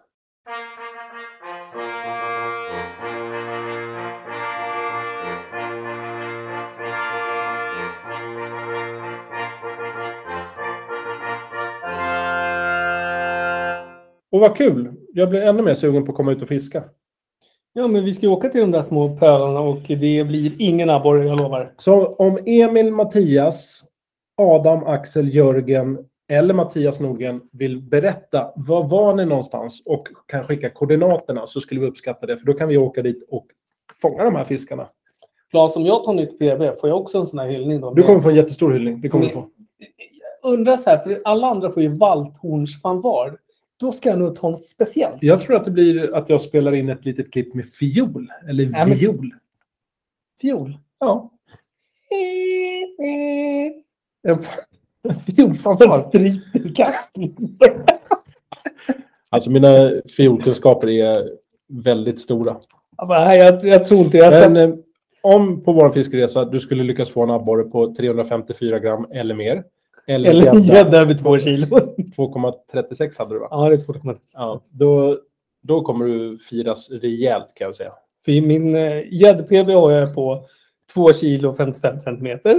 Och vad kul. Jag blir ännu mer sugen på att komma ut och fiska. Ja, men vi ska ju åka till de där små pölarna och det blir ingen abborre, jag lovar. Så om Emil, Mattias, Adam, Axel, Jörgen eller Mattias Nordgren vill berätta var var ni någonstans och kan skicka koordinaterna så skulle vi uppskatta det. För då kan vi åka dit och fånga de här fiskarna. Klas, om jag tar nytt P B, får jag också en sån här hyllning då? Du kommer få en jättestor hyllning. Det kommer du få. Undrar så här, för alla andra får ju valthornsfanvar. då ska jag nog ta något speciellt. Jag tror att det blir att jag spelar in ett litet klipp med fiol. Eller Ja, men- viol. Fiol. Ja. En En fiolfanfar. striperkast. Alltså mina fiolkunskaper är väldigt stora. Nej, jag, jag tror inte jag har Men sett. eh, om på vår fiskeresa du skulle lyckas få en abborre på trehundrafemtiofyra gram eller mer. Eller, Eller en gädda, gädda över två kilo. två komma trettiosex hade du va? Ja, det är två komma tre. Ja, då, då kommer du firas rejält kan jag säga. För i min eh, gädd-P B har jag på två kilo och femtiofem centimeter.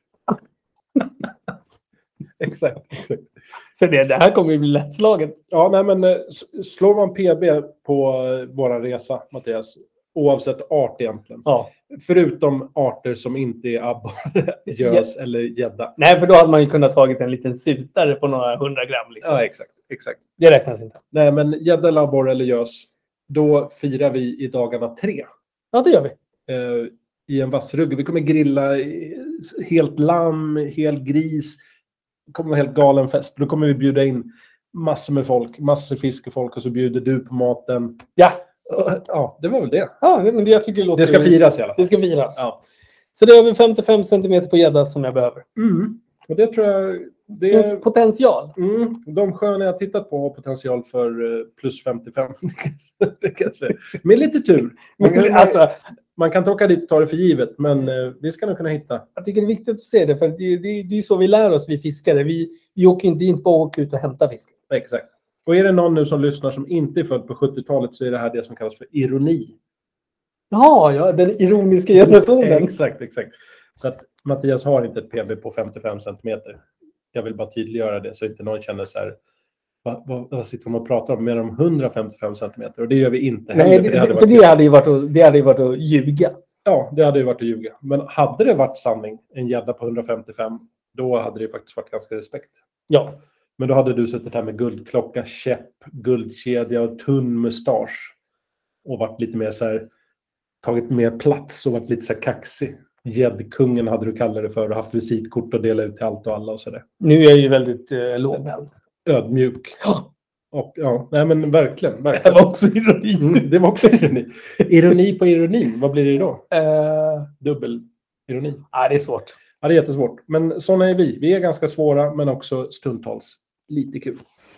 Exakt. exakt. Så det, det här kommer ju bli lättslaget. Ja, nej men eh, s- slår man P B på eh, våran resa, Mattias, oavsett art egentligen. Ja. Förutom arter som inte är abborre, gös eller gädda. Nej, för då hade man ju kunnat tagit en liten sutare på några hundra gram. Liksom. Ja, exakt. exakt. Det räknas inte. Nej, men gädda eller abborre eller gös, då firar vi i dagarna tre. Ja, det gör vi. Eh, I en vassrugg. Vi kommer grilla eh, helt lamm, hel gris. Det kommer vara helt galen fest. Då kommer vi bjuda in massor med folk, massor fiskefolk och så bjuder du på maten. Ja, Ja, det var väl det. ja men det, jag tycker det låter... Det ska firas i alla fall. Det ska firas. Ja. Så det har vi femtiofem centimeter på gädda som jag behöver. Mm. Och det tror jag... Det Det finns potential. mm, de sjöarna jag har tittat på har potential för eh, plus femtiofem. Det kan jag säga. Med lite tur. Man kan, Alltså, man kan inte åka dit och ta det för givet, men eh, vi ska nog kunna hitta. jag tycker det är viktigt att se det, för det, det, det är så vi lär oss, vi fiskare. Vi, vi åker inte, inte bara åka ut och hämta fisk. Exakt. Och är det någon nu som lyssnar som inte är född på sjuttiotalet så är det här det som kallas för ironi. Ja, ja, den ironiska generationen. Exakt, exakt. Så att Mattias har inte ett P B på femtiofem centimeter. Jag vill bara tydliggöra det så inte någon känner så här, vad, vad, vad sitter de och pratar om? Mer om hundrafemtiofem centimeter. Och det gör vi inte heller. Nej, för det, det hade för varit, det hade ju varit att, det hade ju varit att ljuga. ja, det hade ju varit att ljuga. Men hade det varit sanning, en gädda på hundrafemtiofem, då hade det faktiskt varit ganska respekt. Ja. Men då hade du suttit här med guldklocka, käpp, guldkedja och tunn mustasch. Och varit lite mer så här, tagit mer plats och varit lite så här kaxig. Gäddkungen hade du kallat det för och haft visitkort och delat ut till allt och alla och sådär. Nu är jag ju väldigt eh, lågmäld. Ödmjuk. Ja, Och ja, nej men verkligen. det verkligen. var också ironi. Mm, det var också ironi. Ironi på ironin, vad blir det då? Eh, Dubbel ironi. ja, det är svårt. Ja, det är jättesvårt. Men sådana är vi. Vi är ganska svåra, men också stundtals lite kul.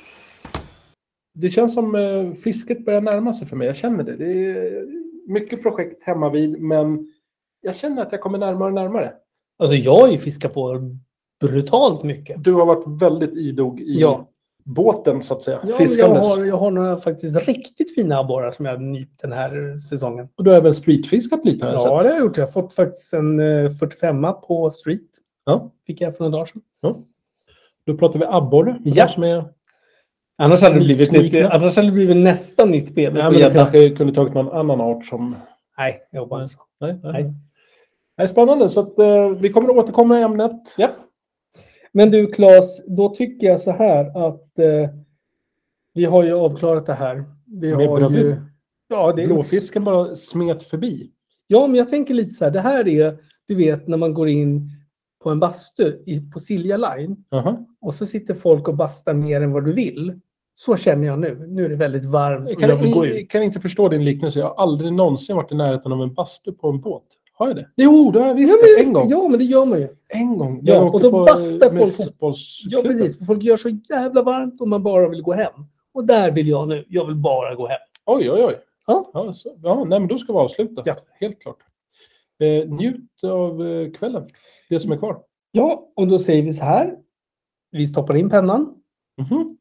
Det känns som eh, fisket börjar närma sig för mig. Jag känner det. Det är mycket projekt hemma vid, men jag känner att jag kommer närmare och närmare. Alltså jag har ju fiskat på brutalt mycket. Du har varit väldigt idog i Ja. båten, så att säga. Ja, men jag, Fiskandes. har, jag har några faktiskt riktigt fina abborrar som jag har nypt den här säsongen. Och du har även streetfiskat lite, har jag Ja, sett. det har jag gjort. Jag har fått faktiskt en eh, fyrtiofem på street. Ja. Fick jag för några dagar sedan. Ja. Då pratar vi abborre. för Ja. de Som är... Annars hade det blivit, Snikna. lite, annars hade det blivit nästan nytt B B Ja, på men du gädda. kanske kunde tagit någon annan art som... Nej, jag jobbar inte så. Nej, nej. Nej. nej. nej spännande. Så att, eh, vi kommer att återkomma i ämnet. Ja. Men du Claes, då tycker jag så här att eh, vi har ju avklarat det här. Vi Med har bravur. ju... Ja, det, Blåfisken bara smet förbi. ja, men jag tänker lite så här. Det här är, du vet, när man går in på en bastu i, på Silja Line Aha. och så sitter folk och bastar mer än vad du vill. Så känner jag nu. Nu är det väldigt varmt Jag och jag vill gå kan, ut. jag kan inte förstå din liknelse. Jag har aldrig någonsin varit i närheten av en bastu på en båt. Har jag det? Jo, det har jag visst. Ja, men, en gång. ja, men det gör man ju. En gång. Ja, Jag åkte och då på, bastar med folk- fotbollsklubben. Ja, precis. För folk gör så jävla varmt och man bara vill gå hem. Och där vill jag nu. Jag vill bara gå hem. Oj, oj, oj. Ja. Ja, så, ja nej, men då ska vi avsluta. Ja. Helt klart. Eh, njut av eh, kvällen. Det som är kvar. Ja, och då säger vi så här. Vi stoppar in pennan. Mhm.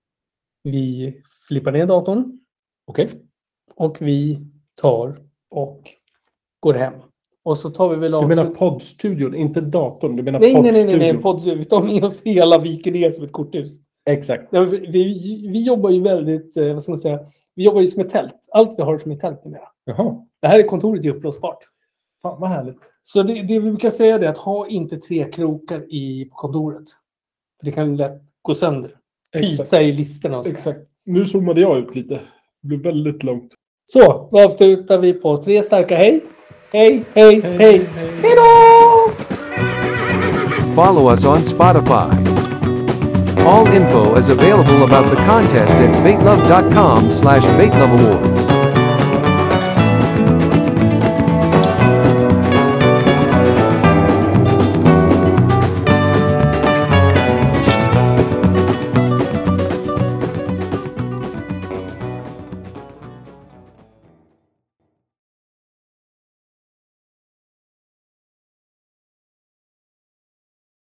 Vi flippar ner datorn. Okej. Och vi tar och går hem. Och så tar vi väl Du av... menar poddstudion, inte datorn. Du menar Nej, nej, nej, poddstudion. nej, nej. Podd, vi tar med oss hela viken ner som ett korthus. Exakt. Ja, vi, vi, vi jobbar ju väldigt, eh, vad ska man säga, vi jobbar ju som ett tält. Allt vi har som ett tält numera. Jaha. Det här är kontoret är uppblåsbart. Fan, vad härligt. Så det, det vi brukar säga är att ha inte tre krokar i på kontoret. För det kan lätt gå sönder. Exakt. Byta i listorna och så. Exakt. Nu zoomade jag ut lite. Det blev väldigt långt. Så, då avslutar vi på tre starka hej. Hej, hej, hej. Hej då! Follow us on Spotify. All info is available about the contest at baitlove dot com slash baitlove awards.